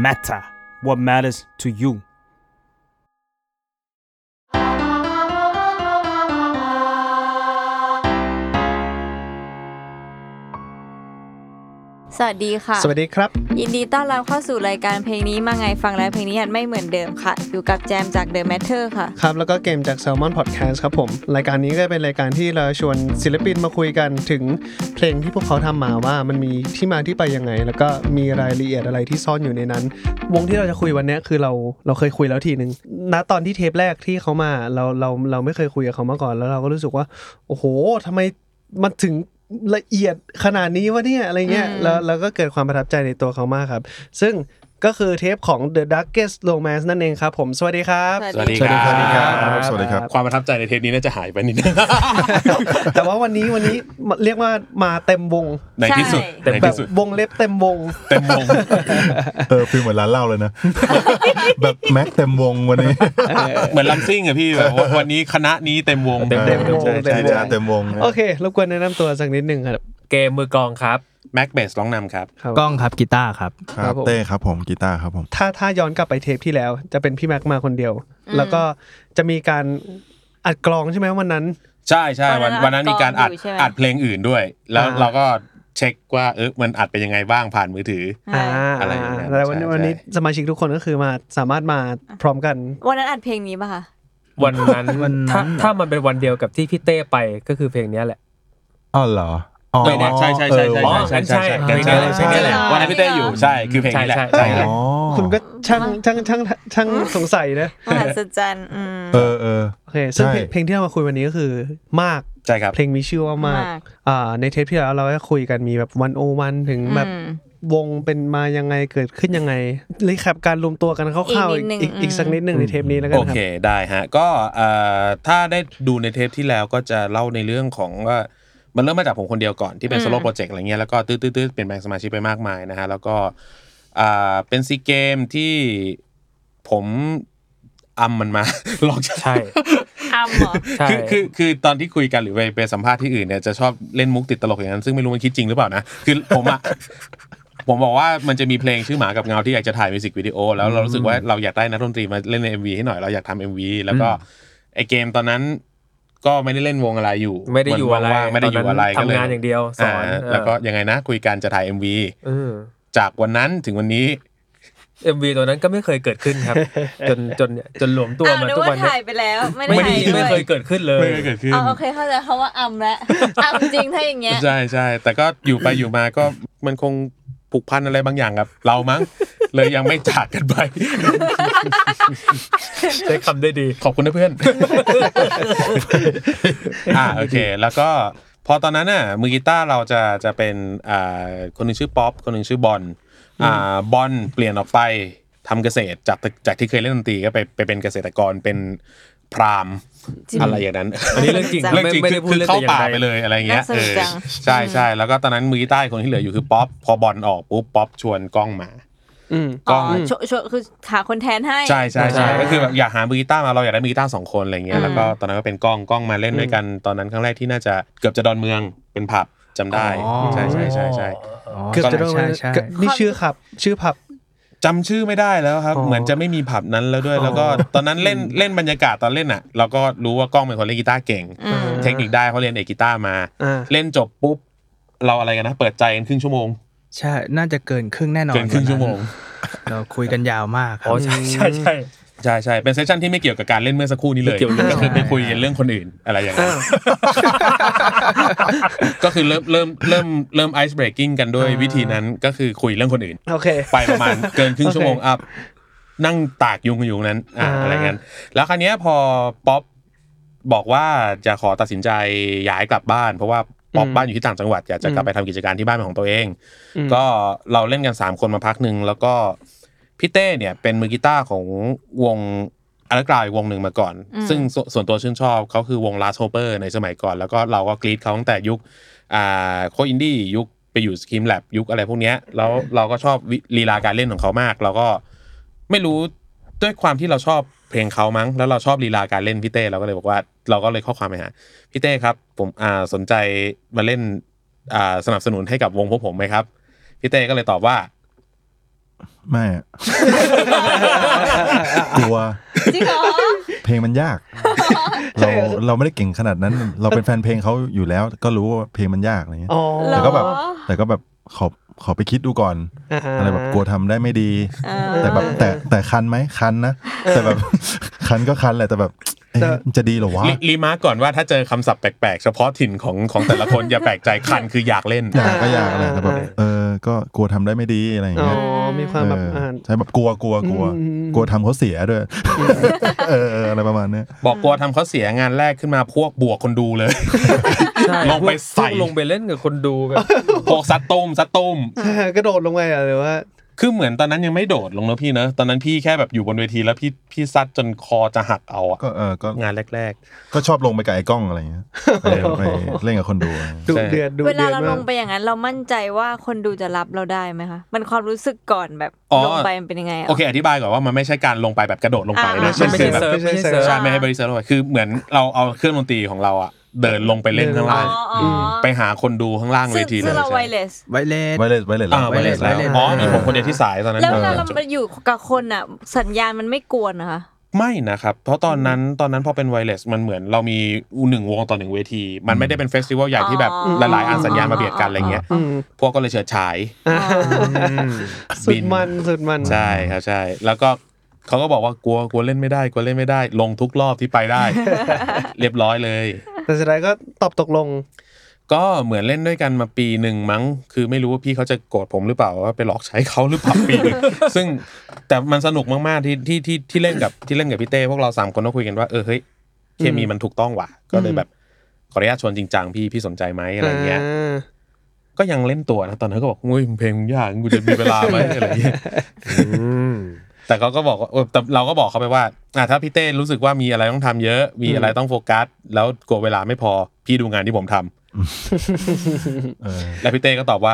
matter what matters to you สวัสดีค่ะสวัสดีครับยินดีต้อนรับเข้าสู่รายการเพลงนี้มาไงฟังแล้วเพลงนี้อาจไม่เหมือนเดิมค่ะอยู่กับแจมจาก The Matter ค่ะครับแล้วก็เกมจาก Salmon Podcast ครับผมรายการนี้ก็เป็นรายการที่เราชวนศิลปินมาคุยกันถึงเพลงที่พวกเขาทำมาว่ามันมีที่มาที่ไปยังไงแล้วก็มีรายละเอียดอะไรที่ซ่อนอยู่ในนั้นวงที่เราจะคุยวันนี้คือเราเคยคุยแล้วทีนึงณตอนที่เทปแรกที่เขามาเราไม่เคยคุยกับเขามาก่อนแล้วเราก็รู้สึกว่าโอ้โหทำไมมันถึงละเอียดขนาดนี้วะเนี่ยอะไรเงี้ยแล้วก็เกิดความประทับใจในตัวเขามากครับซึ่งก็คือเทปของ The Darkest Romance นั่นเองครับผมสวัสดีครับสวัสดีครับสวัสดีครับความประทับใจในเทปนี้น่าจะหายไปนิดนึงแต่ว่าวันนี้เรียกว่ามาเต็มวงในที่สุดแบบวงเล็บเต็มวงฟีลเหมือนร้านเหล้าเลยนะแบบแม็กเต็มวงวันนี้เหมือนลัมซิ่งอ่ะพี่แบบวันนี้คณะนี้เต็มวงเต็มวงใช่เต็มวงโอเครบกวนแนะนำตัวสักนิดนึงครับเกมมือกลองครับแม็กเบสร้องนำครับก้องครับกีตาร์ครับเต้ครับผมกีตาร์ครับผมถ้าย้อนกลับไปเทปที่แล้วจะเป็นพี่แม็กมาคนเดียวแล้วก็จะมีการอัดกลองใช่ไหมวันนั้นใช่วันนั้นมีการอัดเพลงอื่นด้วยแล้วเราก็เช็คว่ามันอัดเป็นยังไงบ้างผ่านมือถืออะไรอย่างเงี้ยแล้ววันนี้สมาชิกทุกคนก็คือมาสามารถมาพร้อมกันวันนั้นอัดเพลงนี้ป่ะคะวันนั้นถ้ามันเป็นวันเดียวกับที่พี่เต้ไปก็คือเพลงนี้แหละอ๋อเหรอใช่เพลงนี้แหละวันนั้นพี่เต้อยู่ใช่คือเพลงนี้แหละใช่คุณก็ช่างสงสัยนะมหัศจรรย์โอเคซึ่งเพลงที่เรามาคุยวันนี้ก็คือมากใช่ครับเพลงมีชื่อว่ามากในเทปที่แล้วเราก็คุยกันมีแบบ101ถึงแบบวงเป็นมายังไงเกิดขึ้นยังไงรีแคปการรวมตัวกันคร่าวๆอีกสักนิดนึงในเทปนี้แล้วกันครับโอเคได้ฮะก็ถ้าได้ดูในเทปที่แล้วก็จะเล่าในเรื่องของว่ามันเริ่มมาจากผมคนเดียวก่อนที่เป็นโซโล่โปรเจกต์อะไรเงี้ยแล้วก็ตื้อๆเปลี่ยนแปลงสมาชิกไปมากมายนะฮะแล้วก็เป็นซีเกมที่ผมมันมาลองใช่เหรอใช่คือตอนที่คุยกันหรือไปสัมภาษณ์ที่อื่นเนี่ยจะชอบเล่นมุกติดตลกอย่างนั้นซึ่งไม่รู้มันคิดจริงหรือเปล่านะคือผมบอกว่ามันจะมีเพลงชื่อหมากับเงาที่อยากจะถ่ายมิวสิกวิดีโอแล้วเรารู้สึกว่าเราอยากได้นักดนตรีมาเล่นใน MV ให้หน่อยเราอยากทำ MV แล้วก็ไอเกมตอนนั้นก็ไม่ได้เล่นวงอะไรอยู่ไม่ได้อยู่อะไรก็เลยทำงานอย่างเดียวสอนแล้วก็ยังไงนะคุยกันจะถ่าย MV จากวันนั้นถึงวันนี้ MV ตัวนั้นก็ไม่เคยเกิดขึ้นครับจนหลวมตัวมาทุกวันนี้ถ่ายไปแล้วไม่เคยเกิดขึ้นเลยไม่เคยเกิดขึ้นโอเคเข้าใจเพราะว่าแล้วจริงถ้าอย่างเงี้ยใช่แต่ก็อยู่ไปอยู่มาก็มันคงผูกพันอะไรบางอย่างกับเรามั้งเลยยังไม่จากกันไปใช้คำได้ดีขอบคุณนะเพื่อนโอเคแล้วก็พอตอนนั้นน่ะมือกีตาร์เราจะเป็นคนนึงชื่อป๊อปคนนึงชื่อบอลบอลเปลี่ยนออกไปทำเกษตรจากที่เคยเล่นดนตรีก็ไปเป็นเกษตรกรเป็นพราหมณ์อะไรอย่างนั้นอันนี้เรื่องจริงไม่ได้พูดเล่นเข้าป่าไปเลยอะไรเงี้ยใช่แล้วก็ตอนนั้นมือกีตาร์คนที่เหลืออยู่คือป๊อปพอบอลออกปุ๊บป๊อปชวนก้องมากล้องคือหาคนแทนให้ใช่ก็คือแบบอยากหามือกีตาร์มาเราอยากได้มือกีตาร์2คนอะไรเงี้ยแล้วก็ตอนนั้นก็เป็นกล้องมาเล่นด้วยกันตอนนั้นครั้งแรกที่น่าจะเกือบจะดอนเมืองเป็นผับจำได้ใช่เกือบจะโดนนี่ชื่อผับจำชื่อไม่ได้แล้วครับเหมือนจะไม่มีผับนั้นแล้วด้วยแล้วก็ตอนนั้นเล่นบรรยากาศตอนเล่นอ่ะเราก็รู้ว่ากล้องเป็นคนเล่นกีตาร์เก่งเทคนิคได้เขาเรียนเอกกีตาร์มาเล่นจบปุ๊บเราอะไรกันนะเปิดใจกันครึ่งชั่วโมงใช่น่าจะเกินครึ่งแน่นอนเกินครึ่งชั่วโมงเราคุยกันยาวมากครับใช่เป็นเซสชั่นที่ไม่เกี่ยวกับการเล่นเมื่อสักครู่นี้เลยก็คือไปคุยกันเรื่องคนอื่นอะไรอย่างเงี้ยก็คือเริ่มไอซ์เบรกกิ้งกันด้วยวิธีนั้นก็คือคุยเรื่องคนอื่นโอเคไปประมาณเกินครึ่งชั่วโมงอัพนั่งตากยุงอยู่นั้นอะไรเงี้ยแล้วคราวนี้พอป๊อปบอกว่าจะขอตัดสินใจย้ายกลับบ้านเพราะว่าป๊อปบ้านอยู่ที่ต่างจังหวัดอยากจะกลับไปทำกิจการที่บ้านของตัวเองก็เราเล่นกัน3คนมาพักนึงแล้วก็พี่เต้เนี่ยเป็นมือกีตาร์ของวงอัลกราวอีกวงนึงมาก่อนซึ่งส่วนตัวชื่นชอบเขาคือวง Last Hopper ในสมัยก่อนแล้วก็เราก็กรี๊ดเขาตั้งแต่ยุคโคอินดี้ยุคไปอยู่ Scream Lab ยุคอะไรพวกเนี้ยแล้วเราก็ชอบลีลาการเล่นของเขามากเราก็ไม่รู้ด้วยความที่เราชอบเพลงเขามั้งแล้วเราชอบลีลาการเล่นพี่เต้เราก็เลยบอกว่าเราก็เลยข้อความไปหาพี่เต้ครับผมสนใจมาเล่นสนับสนุนให้กับวงพวกผมไหมครับพี่เต้ก็เลยตอบว่าไม่อะ กลัวจริงเหรอเพลงมันยาก เราไม่ได้เก่งขนาดนั้น เราเป็นแฟนเพลงเขาอยู่แล้ว ก็รู้ว่าเพลงมันยากอะไรเงี้ยอ๋อแต่ก็แบบขอไปคิดดูก่อนอะไรแบบกลัวทำได้ไม่ดี แต่แบบแต่คันไหมคันนะแต่แบบ คันก็คันแหละแต่แบบจะดีเหรอวะรีมาร์กก่อนว่าถ้าเจอคำศัพท์แปลกๆเฉพาะถิ่นของแต่ละคนอย่าแปลกใจคันคืออยากเล่นอยากก็อยากอะไรแต่แบบก็กลัวทำได้ไม่ดีอะไรอย่างอ๋อเงี้ยมีความแบบใช่แบบกลัวทำเขาเสียด้วยอะไรประมาณเนี้ยบอกกลัวทำเขาเสียงานแรกขึ้นมาพวกบวกคนดูเลย ลงไปใส่ลงไปเล่นกับคนดูแบบพวกซัดตุ้มกระโดดลงไปหรือว่าคือเหมือนตอนนั้นยังไม่โดดลงนะพี่เนอะตอนนั้นพี่แค่แบบอยู่บนเวทีแล้วพี่ซัดจนคอจะหักเอาอะก็งานแรกก็ชอบลงไปกับไอ้กล้องอะไรเงี้ยไปเล่นกับคนดูดุเดือดเวลาเรามกลงไปอย่างนั้นเรามั่นใจว่าคนดูจะรับเราได้ไหมคะมันความรู้สึกก่อนแบบลงไปมันเป็นยังไงๆโอเคอธิบายก่อนว่ามันไม่ใช่การลงไปแบบกระโดดลงไปนะมันไม่ใช่แบบไม่ใช่เซิร์ฟใช่ไม่ให้บริเซอร์ลงไปคือเหมือนเราเอาเครื่องดนตรีของเราอะเดินลงไปเล่นข้างล่างไปหาคนดูข้างล่างเวทีเลยซึ่งเราไวเลสไวเลสไวเลสแล้วไวเลสแล้วอ๋อมีผมคนเดียวที่สายตอนนั้นแล้วเวลาเราไปอยู่กับคนอ่ะสัญญาณมันไม่กวนนะคะไม่นะครับเพราะตอนนั้นพอเป็นไวเลสมันเหมือนเรามี1 วงต่อ1เวทีมันไม่ได้เป็นเฟสติวัลใหญ่ที่แบบหลายๆอันสัญญาณมาเบียดกันอะไรเงี้ยพวกก็เลยเฉิดฉายสุดมันใช่ครับใช่แล้วก็เขาก็บอกว่ากลัวเล่นไม่ได้ลงทุกรอบที่ไปได้ เรียบร้อยเลยแต่สุดท้ายก็ตอบตกลงก็เหมือนเล่นด้วยกันมาปีหนึ่งมั้งคือไม่รู้ว่าพี่เขาจะโกรธผมหรือเปล่าว่าไปหลอกใช้เขาหรือเปล่าปีนึง ซึ่งแต่มันสนุกมากๆที่เล่นกับพี่เต้พวกเรา3คนก็คุยกันว่าเฮ้ยเคมีมันถูกต้องว่ะก็เลยแบบขออนุญาตชวนจริงจังพี่สนใจไหมอะไรเงี้ยก็ยังเล่นตัวนะตอนนั้นก็บอกอุ้ยเพลงยากกูจะมีเวลาไหมอะไรเงี้ยแต่เขาก็บอกว่าแต่เราก็บอกเขาไปว่าถ้าพี่เต้รู้สึกว่ามีอะไรต้องทำเยอะมีอะไรต้องโฟกัสแล้วกลัวเวลาไม่พอพี่ดูงานที่ผมทำแล้วพี่เต้ก็ตอบว่า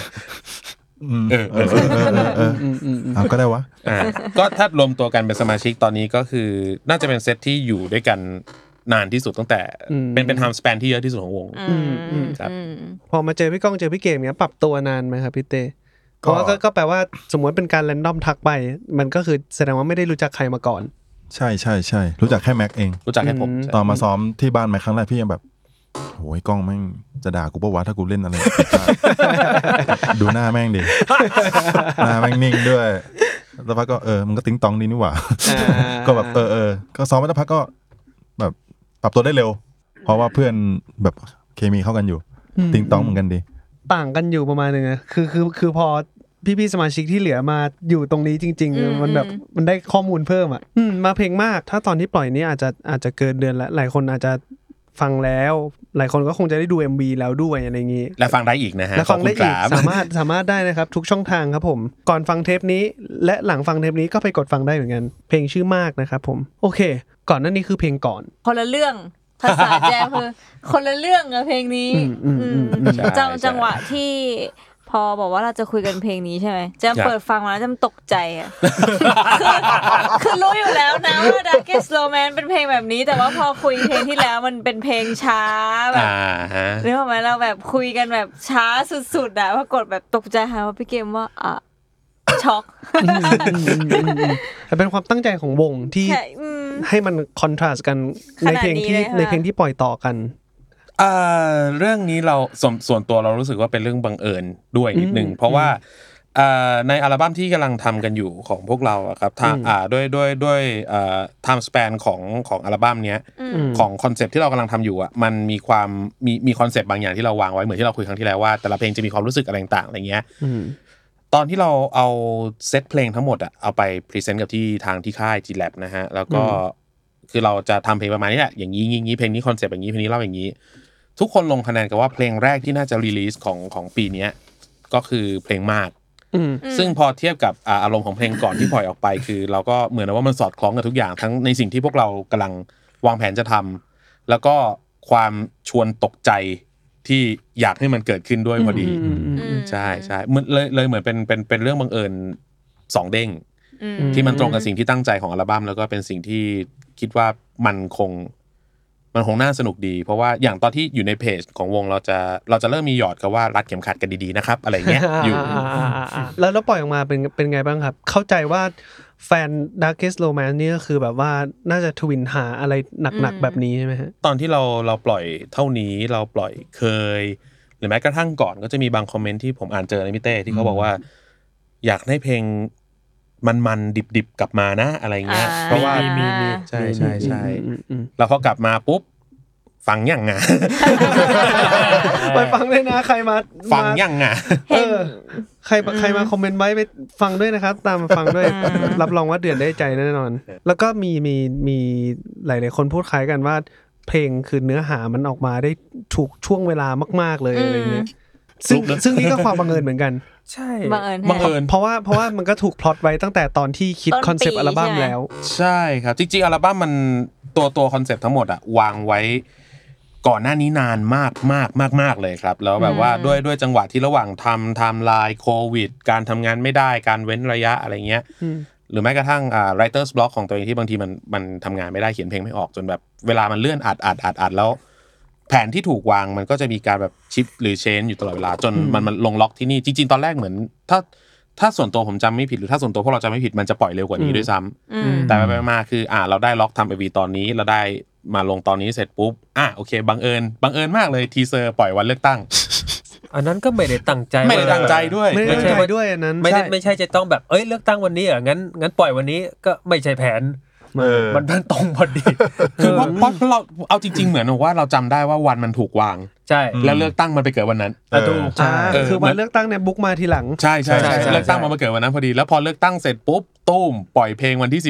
ก็ได้วะก็ถ้ารวมตัวกันเป็นสมาชิกตอนนี้ก็คือน่าจะเป็นเซตที่อยู่ด้วยกันนานที่สุดตั้งแต่เป็นไทม์สแปนที่เยอะที่สุดของวงครับพอมาเจอพี่ก้องเจอพี่เกมเนี้ยปรับตัวนานไหมครับพี่เต้เพราะว่าก็แปลว่าสมมติเป็นการแรนดอมทักไปมันก็คือแสดงว่าไม่ได้รู้จักใครมาก่อนใช่รู้จักแค่แม็กเองรู้จักแค่ผมตอนมาซ้อมที่บ้านแม็กครั้งแรกพี่ยังแบบโหยกล้องแม่งจะด่ากูป่ะวะถ้ากูเล่นอะไร ดูหน้าแม่งดิหน้าแม่งนิ่งด้วยแล้วพักก็มันก็ติ๊งตองดีนี่หว่าก็แบบก็ซ้อมมาแล้วพักก็แบบปรับตัวได้เร็วเพราะว่าเพื่อนแบบเคมีเข้ากันอยู่ติ๊งตองเหมือนกันดีต่างกันอยู่ประมาณนึงนะคือพอพี่ๆสมาชิกที่เหลือมาอยู่ตรงนี้จริงๆมันแบบมันได้ข้อมูลเพิ่มอ่ะมาเพลงมากถ้าตอนที่ปล่อยนี้อาจจะเกินเดือนละหลายคนอาจจะฟังแล้วหลายคนก็คงจะได้ดู MV แล้วด้วยอะไรอย่างงี้และฟังได้อีกนะฮะและฟังได้อีกสามารถได้นะครับทุกช่องทางครับผมก่อนฟังเทปนี้และหลังฟังเทปนี้ก็ไปกดฟังได้เหมือนกันเพลงชื่อมากนะครับผมโอเคก่อนหน้านี้คือเพลงก่อนคนละเรื่องภาษาแจมคือคนละเรื่องอะเพลงนี้จังหวะที่พอบอกว่าเราจะคุยกันเพลงนี้ใช่ไหมแจมเปิดฟังมาแล้วแจมตกใจอ่ะคือรู้อยู่แล้วนะว่า Darkest Romance เป็นเพลงแบบนี้แต่ว่าพอคุยเพลงที่แล้วมันเป็นเพลงช้าแบบเรื่องของเราแบบคุยกันแบบช้าสุดๆอ่ะปรากฏแบบตกใจหาว่าพี่เกมว่าช็อกแต่เป็นความตั้งใจของวงที่ให้มันคอนทราสต์กันในเพลงที่ปล่อยต่อกันเรื่องนี้เราส่วนตัวเรารู้สึกว่าเป็นเรื่องบังเอิญด้วยนิดนึงเพราะว่าในอัลบั้มที่กำลังทำกันอยู่ของพวกเราครับทางด้วยtime span ของอัลบั้มเนี้ยของคอนเซปต์ที่เรากำลังทำอยู่อ่ะมันมีความมีคอนเซปต์บางอย่างที่เราวางไว้เหมือนที่เราคุยครั้งที่แล้วว่าแต่ละเพลงจะมีความรู้สึกอะไรต่างๆอะไรเงี้ยตอนที่เราเอาเซตเพลงทั้งหมดอ่ะเอาไปพรีเซนต์กับที่ทางที่ค่าย G-Lab นะฮะแล้วก็คือเราจะทำเพลงประมาณนี้แหละอย่างนี้เพลงนี้คอนเซปต์อย่างนี้เพลงนี้เล่าอย่างนี้ทุกคนลงคะแนนกันว่าเพลงแรกที่น่าจะรีลีสของปีนี้ก็คือเพลงมากซึ่งพอเทียบกับอารมณ์ของเพลงก่อนที่ปล่อยออกไปคือเราก็เหมือนว่ามันสอดคล้องกับทุกอย่างทั้งในสิ่งที่พวกเรากำลังวางแผนจะทำแล้วก็ความชวนตกใจที่อยากให้มันเกิดขึ้นด้วยพอดีใช่เลยเหมือนเป็นเรื่องบังเอิญ2เด้งที่มันตรงกับสิ่งที่ตั้งใจของอัลบั้มแล้วก็เป็นสิ่งที่คิดว่ามันคงมันคงน่าสนุกดีเพราะว่าอย่างตอนที่อยู่ในเพจของวงเราจะเริ่มมีหยอดกันว่ารัดเข็มขัดกันดีๆนะครับอะไรเงี้ยอยู่แล้วปล่อยออกมาเป็นไงบ้างครับเข้าใจว่าแฟน Darkest Romance นี่ก็คือแบบว่าน่าจะทวินหาอะไรหนักๆแบบนี้ใช่ไหมฮะตอนที่เราปล่อยเท่านี้เราปล่อยเคยหรือแม้กระทั่งก่อนก็จะมีบางคอมเมนต์ที่ผมอ่านเจอในมิเต้ที่เขาบอกว่าอยากให้เพลงมันดิบๆกลับมานะอะไรเงี้ยเพราะว่าใช่แล้วพอกลับมาปุ๊บฟังยังไงไปฟังเลยนะใครมาฟังยังไงใครมาคอมเมนต์ไว้ไปฟังด้วยนะครับตามมาฟังด้วยรับรองว่าเดือดได้ใจแน่นอนแล้วก็มีหลายๆคนพูดคล้ายกันว่าเพลงคือเนื้อหามันออกมาได้ถูกช่วงเวลามากๆเลยอะไรเงี้ยซึ่งนี่ก็ความบังเอิญเหมือนกันใช่บังเอิญเพราะว่ามันก็ถูกพล็อตไว้ตั้งแต่ตอนที่คิดคอนเซปต์อัลบั้มแล้วใช่ครับจริงๆอัลบั้มมันตัวคอนเซปต์ทั้งหมดอะวางไว้ก่อนหน้านี้นานมากเลยครับแล้วแบบว่าด้วยจังหวะที่ระหว่างทำไทม์ไลน์โควิดการทำงานไม่ได้การเว้นระยะอะไรเงี้ยหรือแม้กระทั่งwriter's block ของตัวเองที่บางทีมันทำงานไม่ได้เขียนเพลงไม่ออกจนแบบเวลามันเลื่อนอัดแล้วแผนที่ถูกวางมันก็จะมีการแบบชิปหรือเชนอยู่ตลอดเวลาจนมันลงล็อกที่นี่จริงๆตอนแรกเหมือนถ้าส่วนตัวผมจำไม่ผิดหรือถ้าส่วนตัวพวกเราจำไม่ผิดมันจะปล่อยเร็วกว่านี้ด้วยซ้ำแต่ไปมาคือเราได้ล็อกทำ MV ตอนนี้เราได้มาลงตอนนี้เสร็จปุ๊บโอเคบังเอิญมากเลยทีเซอร์ปล่อยวันเลือกตั้งอันนั้นก็ไม่ได้ตั้งใจด้วยไม่ใช่ด้วยอันนั้นไม่ใช่จะต้องแบบเลือกตั้งวันนี้งั้นปล่อยวันนี้ก็ไม่ใช่แผนมันตรงพอดีคือเพราะเราเอาจริงๆเหมือนว่าเราจำได้ว่าวันมันถูกวางใช่แล้วเลือกตั้งมันไปเกิดวันนั้นถูกคือวันเลือกตั้งเนี่ยบุ๊กมาทีหลังใช่เลือกตั้งมาเกิดวันนั้นพอดีแล้วพอเลือกตั้งเสร็จปุ๊บตุ้มปล่อยเพลงวันที่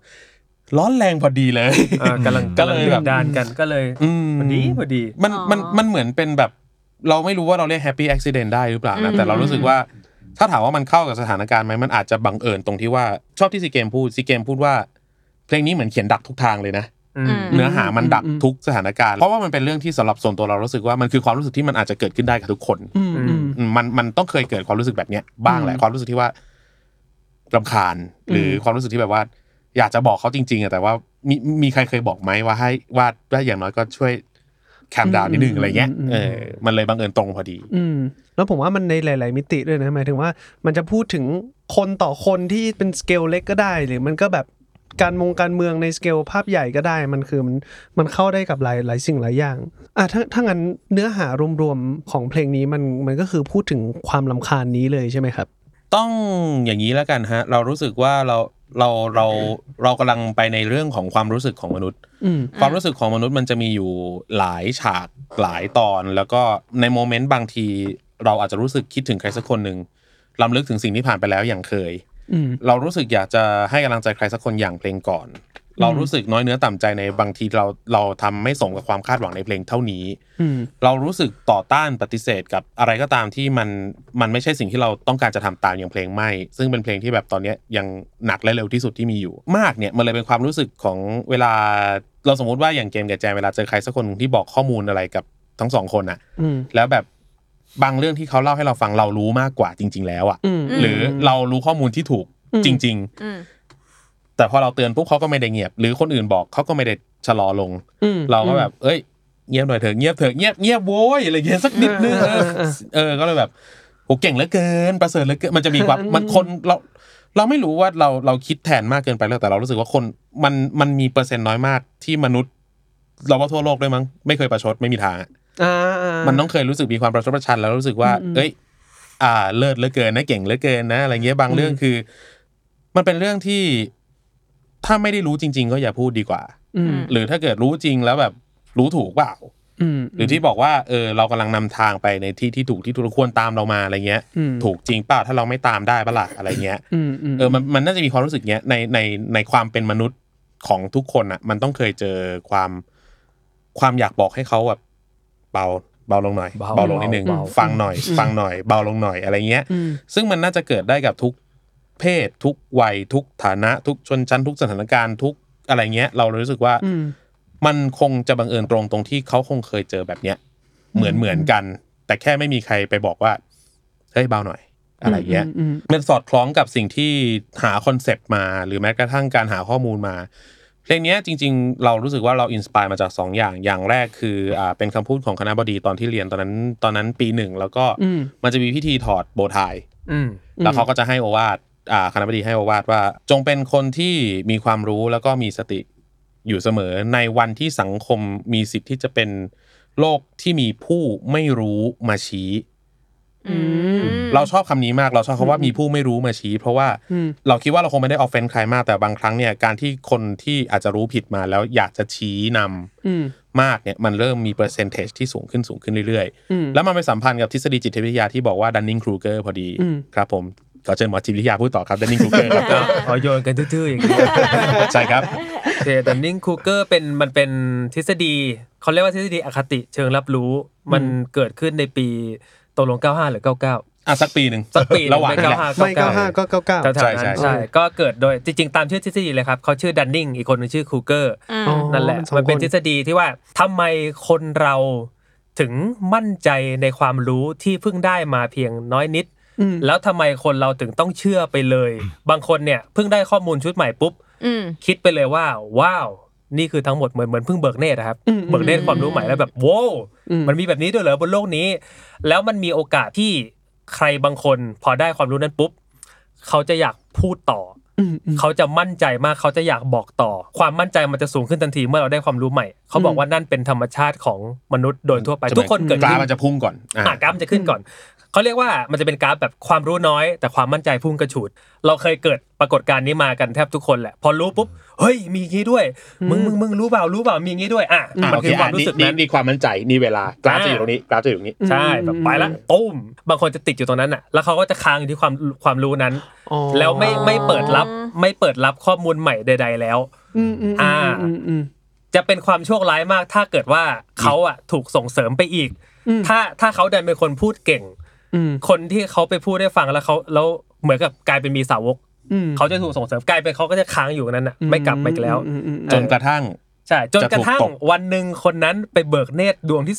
16ร้อนแรงพอดีเลยกำลังแบบดานกันก็เลยพอดีมันเหมือนเป็นแบบเราไม่รู้ว่าเราเรียก happy accident ได้หรือเปล่านะแต่เรารู้สึกว่าถ้าถามว่ามันเข้ากับสถานการณ์ไหมมันอาจจะบังเอิญตรงที่ว่าชอบที่ซีเกมพูดว่าเพลงนี้เหมือนเขียนดักทุกทางเลยนะเนื้อหามันดักทุกสถานการณ์เพราะว่ามันเป็นเรื่องที่สำหรับส่วนตัวเรารู้สึกว่ามันคือความรู้สึกที่มันอาจจะเกิดขึ้นได้กับทุกคนมันต้องเคยเกิดความรู้สึกแบบนี้บ้างแหละความรู้สึกที่ว่ารำคาญหรือความรู้สึกที่แบบว่าอยากจะบอกเขาจริงๆแต่ว่ามีใครเคยบอกไหมว่าให้ว่าอย่างน้อยก็ช่วยแคมดาวนิดนึงอะไรเงี้ยมันเลยบังเอิญตรงพอดีแล้วผมว่ามันในหลายๆมิติด้วยนะหมายถึงว่ามันจะพูดถึงคนต่อคนที่เป็นสเกลเล็กก็ได้หรือมันก็แบบการเมืองในสเกลภาพใหญ่ก็ได้มันคือมันเข้าได้กับหลายสิ่งหลายอย่างถ้างั้นเนื้อหารวมๆของเพลงนี้มันก็คือพูดถึงความรำคาญนี้เลยใช่ไหมครับต้องอย่างนี้แล้วกันฮะเรารู้สึกว่าเรากำลังไปในเรื่องของความรู้สึกของมนุษย์ความรู้สึกของมนุษย์มันจะมีอยู่หลายฉากหลายตอนแล้วก็ในโมเมนต์บางทีเราอาจจะรู้สึกคิดถึงใครสักคนนึงรำลึกถึงสิ่งที่ผ่านไปแล้วอย่างเคยเรารู้สึกอยากจะให้กำลังใจใครสักคนอย่างเพลงก่อนเรารู้สึกน้อยเนื้อต่ำใจในบางทีเราทำไม่สมกับความคาดหวังในเพลงเท่านี้เรารู้สึกต่อต้านปฏิเสธกับอะไรก็ตามที่มันไม่ใช่สิ่งที่เราต้องการจะทำตามอย่างเพลงไม่ซึ่งเป็นเพลงที่แบบตอนนี้ยังหนักและเร็วที่สุดที่มีอยู่มากเนี่ยมันเลยเป็นความรู้สึกของเวลาเราสมมติว่าอย่างเกมกับแจมเวลาเจอใครสักคนที่บอกข้อมูลอะไรกับทั้งสองคนอ่ะแล้วแบบบางเรื่องที่เขาเล่าให้เราฟังเรารู้มากกว่าจริงๆแล้วอ่ะหรือเรารู้ข้อมูลที่ถูกจริงๆแต่พอเราเตือนปุ๊บเขาก็ไม่ได้เงียบหรือคนอื่นบอกเขาก็ไม่ได้ชะลอลงเราก็แบบเงียบหน่อยเถอะเงียบโว้ยอะไรเงี้ยสักนิดนึงก็เลยแบบโหเก่งเหลือเกินประเสริฐเหลือเกินมันจะมีความมันคนเราไม่รู้ว่าเราคิดแทนมากเกินไปแล้วแต่เรารู้สึกว่าคนมันมีเปอร์เซ็นต์น้อยมากที่มนุษย์เราว่าทั่วโลกด้วยมั้งไม่เคยประชดไม่มีทางมันต้องเคยรู้สึกมีความประชดประชันแล้วรู้สึกว่าเลิศเหลือเกินนะเก่งเหลือเกินนะอะไรเงี้ยบางเรื่องคือมันเป็นเรื่องที่ถ้าไม่ได้รู้จริงๆก็อย่าพูดดีกว่าหรือถ้าเกิดรู้จริงแล้วแบบรู้ถูกเปล่าหรือที่บอกว่าเรากำลังนำทางไปในที่ถูกที่ทุกควรตามเรามาอะไรเงี้ยถูกจริงเปล่าถ้าเราไม่ตามได้ปะล่ะอะไรเงี้ยมันน่าจะมีความรู้สึกเงี้ยในความเป็นมนุษย์ของทุกคนอ่ะมันต้องเคยเจอความอยากบอกให้เขาแบบเบาลงหน่อยเบาลงนิดนึงฟังหน่อยเบาลงหน่อยอะไรเงี้ยซึ่งมันน่าจะเกิดได้กับทุกเพศทุกวัยทุกฐานะทุกชนชั้นทุกสถานการณ์ทุกอะไรเงี้ยเรารู้สึกว่ามันคงจะบังเอิญตรงที่เขาคงเคยเจอแบบเนี้ยเหมือนกันแต่แค่ไม่มีใครไปบอกว่าเฮ้ยเบาหน่อยอะไรเงี้ยมันสอดคล้องกับสิ่งที่หาคอนเซปต์มาหรือแม้กระทั่งการหาข้อมูลมาเพลงนี้จริงๆเรารู้สึกว่าเราอินสปายมาจาก2อย่างแรกคือเป็นคำพูดของคณบดีตอนที่เรียนตอนนั้นปี1แล้วก็มันจะมีพิธีถอดโบว์ไทแล้วเขาก็จะให้โอวาทคณบดีให้โอวาทว่าจงเป็นคนที่มีความรู้แล้วก็มีสติอยู่เสมอในวันที่สังคมมีสิทธิ์ที่จะเป็นโลกที่มีผู้ไม่รู้มาชี้เราชอบคำนี้มากเราชอบคำว่ามีผู้ไม่รู้มาชี้เพราะว่าเราคิดว่าเราคงไม่ได้ออฟเฟนใครมากแต่บางครั้งเนี่ยการที่คนที่อาจจะรู้ผิดมาแล้วอยากจะชี้นำมากเนี่ยมันเริ่มมีเปอร์เซนเทจที่สูงขึ้นเรื่อยๆแล้วมันไปสัมพันธ์กับทฤษฎีจิตวิทยาที่บอกว่าดันนิงครูเกอร์พอดีครับผมก็เชิญหมอจิตวิทยาพูดต่อครับดันนิงครูเกอร์ครับโยนกันทื่อๆอย่างนี้ใช่ครับดันนิงครูเกอร์มันเป็นทฤษฎีเขาเรียกว่าทฤษฎีอคติเชิงรับรู้มันเกิดขึ้นในปีตกลง95หรือ99 สักปีนึงระหว่างไม่95ก็99 ใช่ก็เกิดโดยจริงๆตามชื่อทฤษฎีเลยครับเขาชื่อดันนิงอีกคนนึงชื่อครูเกอร์นั่นแหละมันเป็นทฤษฎีที่ว่าทำไมคนเราถึงมั่นใจในความรู้ที่เพิ่งได้มาเพียงน้อยนิดแล้วทำไมคนเราถึงต้องเชื่อไปเลยบางคนเนี่ยเพิ่งได้ข้อมูลชุดใหม่ปุ๊บคิดไปเลยว่าว้าวนี่คือทั้งหมดเหมือนเพิ่งเบิกเนตรครับเบิกเนตรความรู้ใหม่แล้วแบบโว้มันมีแบบนี้ด้วยเหรอบนโลกนี้แล้วมันมีโอกาสที่ใครบางคนพอได้ความรู้นั้นปุ๊บเขาจะอยากพูดต่อเขาจะมั่นใจมากเขาจะอยากบอกต่อความมั่นใจมันจะสูงขึ้นทันทีเมื่อเราได้ความรู้ใหม่เขาบอกว่านั่นเป็นธรรมชาติของมนุษย์โดยทั่วไปทุกคนเกิดกราฟมันจะพุ่งก่อนกราฟมันจะขึ้นก่อนเขาเรียกว่ามันจะเป็นกราฟแบบความรู้น้อยแต่ความมั่นใจพุ่งกระฉูดเราเคยเกิดปรากฏการณ์นี้มากันแทบทุกคนแหละพอรู้ปุ๊บเฮ้ยมีงี้ด้วยมึงรู้เปล่ามีงี้ด้วยมันคือความรู้สึกนั้นนี่ความมั่นใจนี่เวลากราฟจะอยู่ตรงนี้กราฟจะอยู่ตรงนี้ใช่แบบไปละตุ้มบางคนจะติดอยู่ตรงนั้นน่ะแล้วเขาก็จะค้างอยู่ที่ความรู้นั้นแล้วไม่เปิดรับข้อมูลใหม่ใดๆแล้วจะเป็นความโชคร้ายมากถ้าเกิดว่าเขาถูกส่งเสริมไปอีกถ้าเขาดันเป็นคนพูดเก่งคนที่เขาไปพูดได้ฟังแล้วเหมือนกับกลายเป็นมีสาวกเขาจะถูกส่งเสริมกลายเป็นเขาก็จะค้างอยู่นั้นน่ะไม่กลับมาอีกแล้วจนกระทั่งใช่จนกระทั่งวันนึงคนนั้นไปเบิกเนตรดวงที่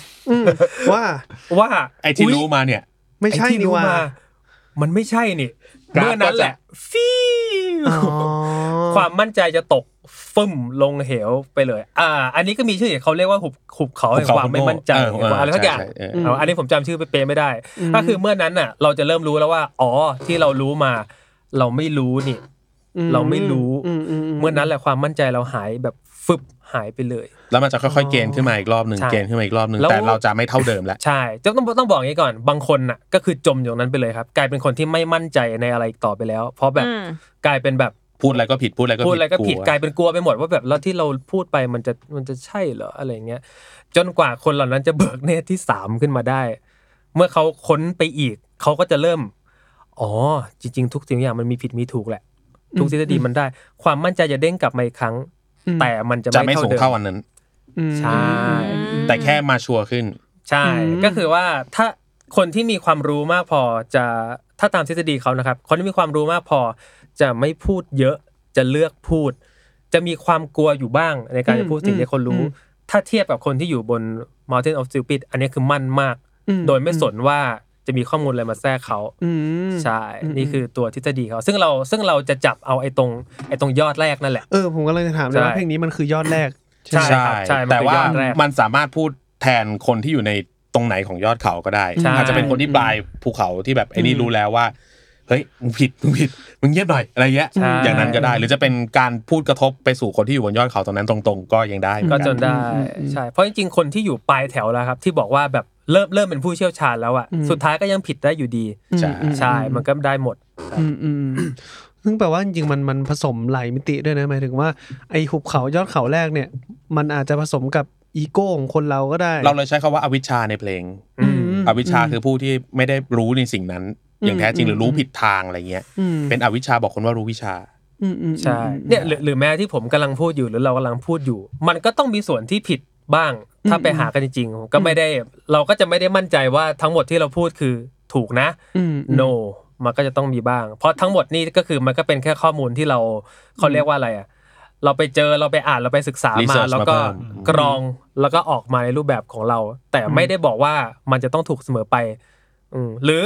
2ว่าไอ้ที่รู้มาเนี่ยไม่ใช่นี่ว่ามันไม่ใช่นี่เมื่อนั้นแหละฟิวความมั่นใจจะตกฟึ่มลงเหวไปเลยอันนี้ก็มีชื่อเขาเรียกว่าหุบเขาแห่งความไม่มั่นใจอะไรสักอย่างอันนี้ผมจำชื่อเป๊ะไม่ได้ก็คือเมื่อนั้นน่ะเราจะเริ่มรู้แล้วว่าอ๋อที่เรารู้มาเราไม่รู้นี่เราไม่รู้เมื่อนั้นแหละความมั่นใจเราหายแบบฟึบหายไปเลยแล้วมันจะค่อยๆเกณฑ์ขึ้นมาอีกรอบนึงแต่เราจะไม่เท่าเดิมแล้วใช่ต้องบอกอย่างนี้ก่อนบางคนน่ะก็คือจมอยู่นั้นไปเลยครับกลายเป็นคนที่ไม่มั่นใจในอะไรต่อไปแล้วเพราะแบบกลายเป็นแบบพูดอะไรก็ผิดพูดอะไรก็ผิดกลายเป็นกลัวไปหมดว่าแบบแล้วที่เราพูดไปมันจะใช่เหรออะไรเงี้ยจนกว่าคนเหล่านั้นจะเบิกเนตรที่3ขึ้นมาได้เมื่อเขาค้นไปอีกเขาก็จะเริ่มอ๋อจริงๆทุกสิ่งอย่างมันมีผิดมีถูกแหละทุกทฤษฎีมันได้ความมั่นใจจะเด้งกลับมาอีกครั้งแต่มันจะไม่สูงเท่าวันนั้นใช่แต่แค่มาชัวร์ขึ้นใช่ก็คือว่าถ้าคนที่มีความรู้มากพอจะถ้าตามทฤษฎีเขานะครับคนที่มีความรู้มากพอจะไม่พูดเยอะจะเลือกพูดจะมีความกลัวอยู่บ้างในการจะพูดสิ่งที่คนรู้ถ้าเทียบกับคนที่อยู่บน Mountain of Stupid อันนี้คือมั่นมากโดยไม่สนว่าจะมีข้อมูลอะไรมาแทรกเขาใช่นี่คือตัวทฤษฎีเขาซึ่งเราจะจับเอาไอ้ตรงยอดแรกนั่นแหละผมก็เลยจะถามว่าเพลงนี้มันคือยอดแรกใช่แต่ว่ามันสามารถพูดแทนคนที่อยู่ในตรงไหนของยอดเขาก็ได้อาจจะเป็นคนที่ปลายภูเขาที่แบบไอ้นี่รู้แล้วว่าเฮ้ยมึงผิดมึงเงียบหน่อยอะไรเงี้ยอย่างนั้นก็ได้หรือจะเป็นการพูดกระทบไปสู่คนที่อยู่บนยอดเขาตรงนั้นตรงๆก็ยังได้ก็จนได้ใช่เพราะจริงๆคนที่อยู่ปลายแถวแล้วครับที่บอกว่าแบบเริ่มเป็นผู้เชี่ยวชาญแล้วอ่ะสุดท้ายก็ยังผิดได้อยู่ดีใช่มันก็ได้หมดซึ่งแปลว่าจริงๆมันผสมหลายมิติด้วยนะหมายถึงว่าไอ้หุบเขายอดเขาแรกเนี่ยมันอาจจะผสมกับอีโก้ของคนเราก็ได้เราเลยใช้คำว่าอวิชชาในเพลงอวิชชาคือผู้ที่ไม่ได้รู้ในสิ่งนั้นอย่างแท้จริงหรือรู้ผิดทางอะไรเงี้ยเป็นอวิชชาบอกคนว่ารู้วิชาใช่เนี่ยหรือแม้ที่ผมกำลังพูดอยู่หรือเรากำลังพูดอยู่มันก็ต้องมีส่วนที่ผิดบ้างถ้าไปหากันจริงๆก็ไม่ได้เราก็จะไม่ได้มั่นใจว่าทั้งหมดที่เราพูดคือถูกนะ no มันก็จะต้องมีบ้างเพราะทั้งหมดนี่ก็คือมันก็เป็นแค่ข้อมูลที่เขาเรียกว่าอะไรอ่ะเราไปเจอเราไปอ่านเราไปศึกษามาแล้วก็กรองแล้วก็ออกมาในรูปแบบของเราแต่ไม่ได้บอกว่ามันจะต้องถูกเสมอไปหรือ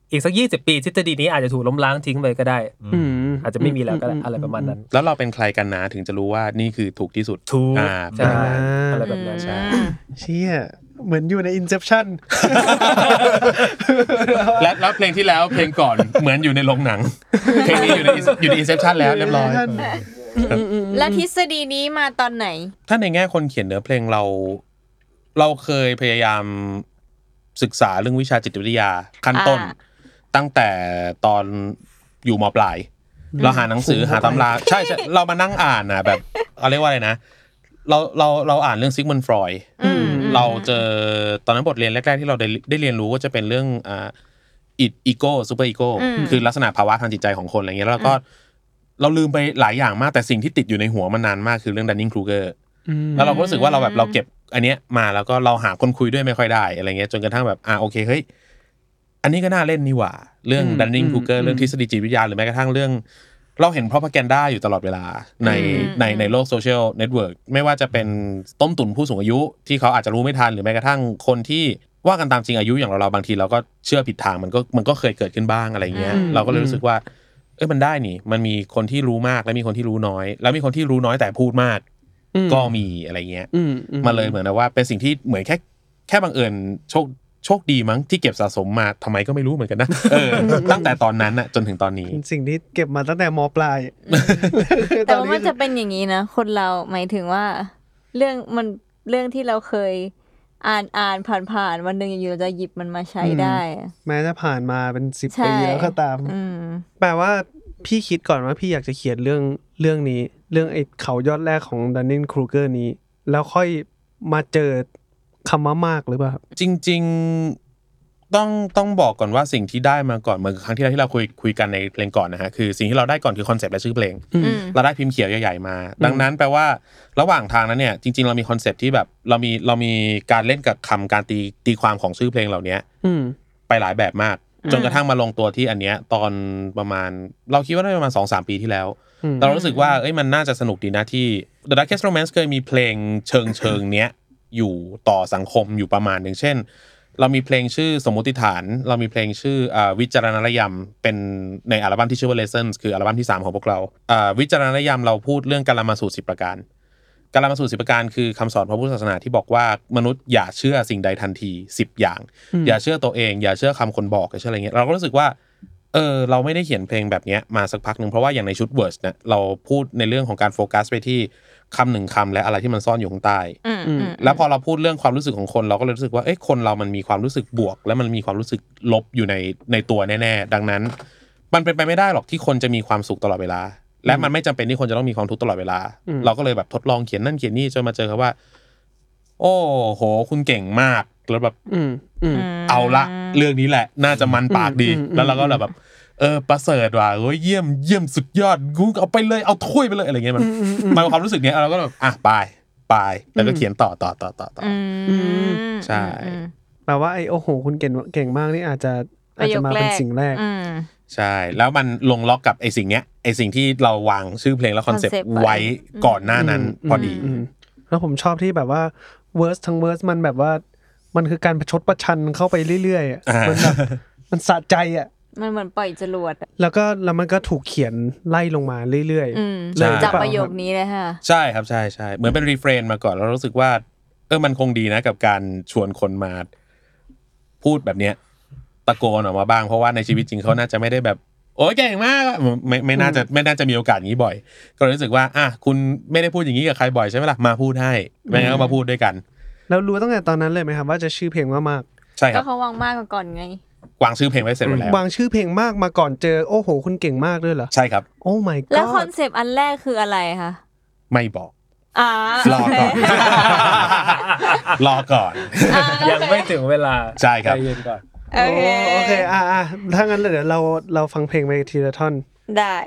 อีกสัก20 ปีทฤษฎีนี้อาจจะถูกล้มล้างทิ้งไปก็ได้อาจจะไม่มีแล้วก็ได้อะไรประมาณนั้นแล้วเราเป็นใครกันนะถึงจะรู้ว่านี่คือถูกที่สุดถูกใช่อะไรแบบนั้นใช่เชี่ยเหมือนอยู่ใน Inception แล้วเพลงที่แล้วเพลงก่อนเหมือนอยู่ในโรงหนังเพลงนี้อยู่ใน Inception แล้วเรียบร้อยแล้วทฤษฎีนี้มาตอนไหนถ้าในแง่คนเขียนเนื้อเพลงเราเคยพยายามศึกษาเรื่องวิชาจิตวิทยาขั้นต้นตั้งแต่ตอนอยู่ม.ปลายเราหาหนังสือหาตำราใช่ๆเรามานั่งอ่านน่ะแบบเรียกว่าอะไรนะเราอ่านเรื่องซิกมันด์ฟรอยด์เราเจอตอนนั้นบทเรียนแรกๆที่เราได้เรียนรู้ก็จะเป็นเรื่องอีโก้ซูเปอร์อีโก้คือลักษณะภาวะทางจิตใจของคนอะไรเงี้ยแล้วก็เราลืมไปหลายอย่างมากแต่สิ่งที่ติดอยู่ในหัวมันนานมากคือเรื่องดันนิงครูเกอร์แล้วเราก็รู้สึกว่าเราเก็บอันเนี้ยมาแล้วก็เราหาคนคุยด้วยไม่ค่อยได้อะไรเงี้ยจนกระทั่งแบบโอเคเฮ้ยอันนี้ก็น่าเล่นนี่หว่าเรื่องดันนิงครูเกอร์เรื่องทฤษฎีจิตวิทยาหรือแม้กระทั่งเรื่องเราเห็น propaganda อยู่ตลอดเวลาในโลกโซเชียลเน็ตเวิร์กไม่ว่าจะเป็นต้มตุ๋นผู้สูงอายุที่เขาอาจจะรู้ไม่ทันหรือแม้กระทั่งคนที่ว่ากันตามจริงอายุอย่างเราบางทีเราก็เชื่อผิดทางมันก็เคยเกิดขึ้นบ้างอะไรเงี้ยเราก็เลยรู้สึกว่ามันได้นี่มันมีคนที่รู้มากและมีคนที่รู้น้อยแล้วมีคนที่รู้น้อยแต่พูดมากก็มีอะไรเงี้ยมาเลยเหมือนว่าเป็นสิ่งที่เหมือนแค่บังเอิญโชคดีมั้งที่เก็บสะสมมาทำไมก็ไม่รู้เหมือนกันนะตั้งแต่ตอนนั้นน่ะจนถึงตอนนี้สิ่งที่เก็บมาตั้งแต่ม.ปลายแต่ว่ามันจะเป็นอย่างนี้นะคนเราหมายถึงว่าเรื่องที่เราเคยอ่านผ่านวันนึงอยู่ๆจะหยิบมันมาใช้ได้แม้จะผ่านมาเป็น10 ปีแล้วก็ตามแปลว่าพี่คิดก่อนว่าพี่อยากจะเขียนเรื่องนี้เรื่องไอ้เขายอดแรกของดันนิงครูเกอร์นี้แล้วค่อยมาเจอคำว่ามากหรือเปล่าจริงๆต้องบอกก่อนว่าสิ่งที่ได้มาก่อนเมื่อครั้งที่แล้วที่เราคุยกันในเพลงก่อนนะฮะคือสิ่งที่เราได้ก่อนคือคอนเซปต์และชื่อเพลงเราได้พิมพ์เขียวใหญ่ๆมาดังนั้นแปลว่าระหว่างทางนั้นเนี่ยจริงๆเรามีคอนเซปต์ที่แบบเรามีการเล่นกับคำการตีความของชื่อเพลงเหล่านี้ไปหลายแบบมากจนกระทั่งมาลงตัวที่อันเนี้ยตอนประมาณเราคิดว่าน่าจะประมาณ 2-3 ปีที่แล้วเรารู้สึกว่ามันน่าจะสนุกดีนะที่ The Darkest Romance เคยมีเพลงเชิงเนี้ยอยู่ต่อสังคมอยู่ประมาณนึงเช่นเรามีเพลงชื่อสมมุติฐานเรามีเพลงชื่อวิจารณญาณเป็นในอัลบั้มที่ชื่อว่า Lessons คืออัลบั้มที่3ของพวกเราวิจารณญาณเราพูดเรื่องกาลมาสูตร10ประการกาลมาสูตร10ประการคือคำสอนพระพุทธศาสนาที่บอกว่ามนุษย์อย่าเชื่อสิ่งใดทันที10อย่างอย่าเชื่อตัวเองอย่าเชื่อคำคนบอกอย่าเชื่ออะไรเงี้ยเราก็รู้สึกว่าเราไม่ได้เขียนเพลงแบบนี้มาสักพักนึงเพราะว่าอย่างในชุดเวิร์สเนี่ยเราพูดในเรื่องของการโฟกัสไปที่คำหนึ่งคำและอะไรที่มันซ่อนอยู่ข้างใต้แล้วพอเราพูดเรื่องความรู้สึกของคนเราก็เลยรู้สึกว่าคนเรามันมีความรู้สึกบวกและมันมีความรู้สึกลบอยู่ในตัวแน่ๆดังนั้นมันเป็นไปไม่ได้หรอกที่คนจะมีความสุขตลอดเวลาและมันไม่จำเป็นที่คนจะต้องมีความทุกข์ตลอดเวลาเราก็เลยแบบทดลองเขียนนั่นเขียนนี่จนมาเจอครับว่าโอ้โหคุณเก่งมากแล้วแบบเอาละเรื่องนี้แหละน่าจะมันปากดีแล้วเราก็แบบประเสริฐว่ะเยี่ยมสุดยอดกูเอาไปเลยเอาถ้วยไปเลยอะไรเงี้ยมันความรู้สึกเนี้ยเราก็แบบไปแล้วก็เขียนต่อใช่แปลว่าไอ้โอ้โหคุณเก่งมากนี่อาจจะมาเป็นสิ่งแรกใช่แล้วมันลงล็อกกับไอ้สิ่งเนี้ยไอ้สิ่งที่เราวางชื่อเพลงและคอนเซ็ปต์ไว้ก่อนหน้านั้นพอดีแล้วผมชอบที่แบบว่าเวิร์สทั้งเวิร์สมันแบบว่ามันคือการประชดประชันเข้าไปเรื่อยๆมันแบบมันสะใจอ่ะมันเหมือนปล่อยจรวดแล้วมันก็ถูกเขียนไล่ลงมาเรื่อยๆจากประโยคนี้เลยค่ะใช่ครับใช่เหมือนเป็นรีเฟรนมาก่อนแล้วรู้สึกว่ามันคงดีนะกับการชวนคนมาพูดแบบเนี้ยตะโกนออกมาบ้างเพราะว่าในชีวิตจริงเขาน่าจะไม่ได้แบบโอ้ยเก่งมากไม่น่าจะมีโอกาสอย่างนี้บ่อยก็รู้สึกว่าคุณไม่ได้พูดอย่างนี้กับใครบ่อยใช่ไหมล่ะมาพูดให้ไม่งั้นก็มาพูดด้วยกันแล้วรู้ตั้งแต่ตอนนั้นเลยไหมครับว่าจะชื่อเพลงว่ามากใช่ครับก็เขาวางมากก่อนไงวางชื่อเพลงไว้เสร็จหมดแล้ววางชื่อเพลงมากมาก่อนเจอโอ้โหคุณเก่งมากด้วยเหรอใช่ครับโอ้ my god แล้วคอนเซปต์อันแรกคืออะไรคะไม่บอกรอก่อนรอก่อนยังไม่ถึงเวลาใช่ครับใจเย็นก่อนโอเคถ้างั้นเดี๋ยวเราฟังเพลงไปทีละท่อนได้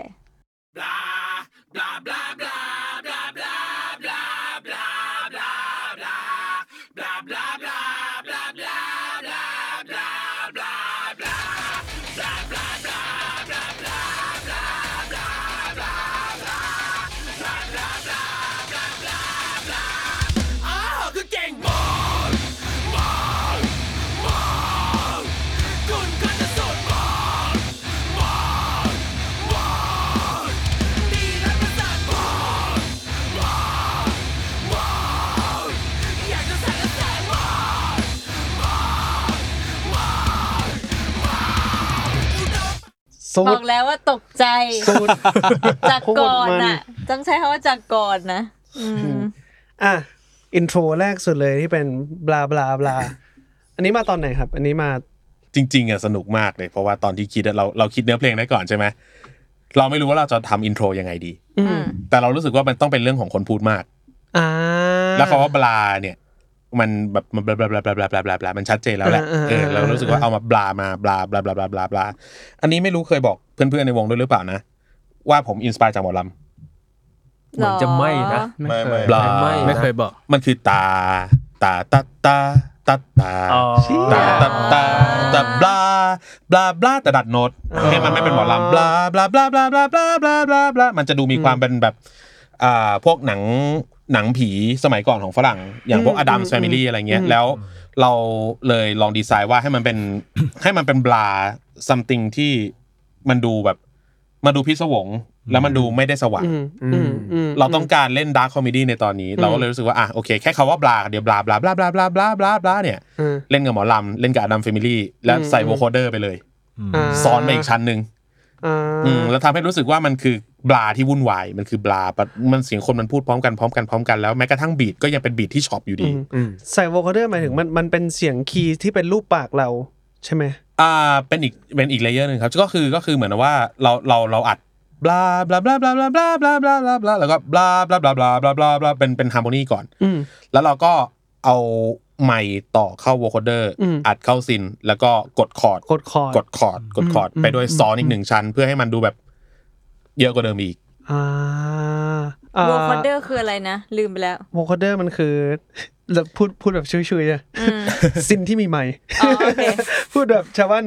คุณก็จะสุดมบอกแล้วว่าตกใจสูตรจากก่อนน่ะต้องใช้คำว่าจากก่อนนะอ่ะอินโทรแรกสุดเลยที่เป็นบลาบลาบลาอันนี้มาตอนไหนครับอันนี้มาจริงๆอ่ะสนุกมากเลยเพราะว่าตอนที่คิดเราคิดเนื้อเพลงได้ก่อนใช่ไหมเราไม่รู้ว่าเราจะทำอินโทรยังไงดีแต่เรารู้สึกว่ามันต้องเป็นเรื่องของคนพูดมากแล้วคำว่าบลาเนี่ยมันแบบมันบลาบลาบลาบลาบลาบลาบลามันชัดเจนแล้วแหละเรารู้สึกว่าเอามาบลามาบลาบลาบลาบลาบลาบลาอันนี้ไม่รู้เคยบอกเพื่อนๆในวงด้วยหรือเปล่านะว่าผมอินสไปร์จากหมอลำเหมือนจะไม่นะไม่เคยบอกมันคือตาตาตาตาตาตาตาตาตาตาบลาบลาบลาแต่ดัดโน้ตให้มันไม่เป็นหมอลำบลาบลาบลาบลาบลาบลาบลาบลาบลามันจะดูมีความเป็นแบบพวกหนังผีสมัยก่อนของฝรั่งอย่างพวก Adam's Family อะไรเงี้ยแล้วเราเลยลองดีไซน์ว่าให้มันเป็นบลา something ที่มันดูแบบมาดูพิศวงแล้วมันดูไม่ได้สว่างเราต้องการเล่นดาร์คคอมเมดี้ในตอนนี้เราก็เลยรู้สึกว่าโอเคแค่คำว่าบลาเดี๋ยวบลาบลาบลาบลาบลาบลาบลาบลาเนี่ยเล่นกับหมอลำเล่นกับ Adam's Family แล้วใส่โวคอเดอร์ไปเลยซ้อนไปอีกชั้นนึงแล้วทำให้รู้สึกว่ามันคือบลาที่วุ่นวายมันคือบลามันเสียงคนมันพูดพร้อมกันแล้วแม้กระทั่งบีทก็ยังเป็นบีทที่ช็อปอยู่ดีใส่โวคอเดอร์หมายถึงมันเป็นเสียงคีย์ที่เป็นรูปปากเราใช่ไหมเป็นอีกเลเยอร์นึงครับก็คือเหมือนว่าเราอัดบลาบลาบลาบลาบลาบลาบลาบลาบลาบลาแล้วก็บลาบลาบลาบลาบลาบลาบลาเป็นฮาร์โมนีก่อนแล้วเราก็เอาไมค์ต่อเข้าโวคอเดอร์อัดเข้าซินแล้วก็กดคอร์ดไปด้วยซ้อนอีก1ชั้นเพื่อให้มันดูแบบเยอะกว่าเดิมอีกโวคอเดอร์คืออะไรนะลืมไปแล้วโวคอเดอร์มันคือจะพูดแบบชื่อๆอ่ะซินที่มีไมค์พูดแบบชาวบ้าน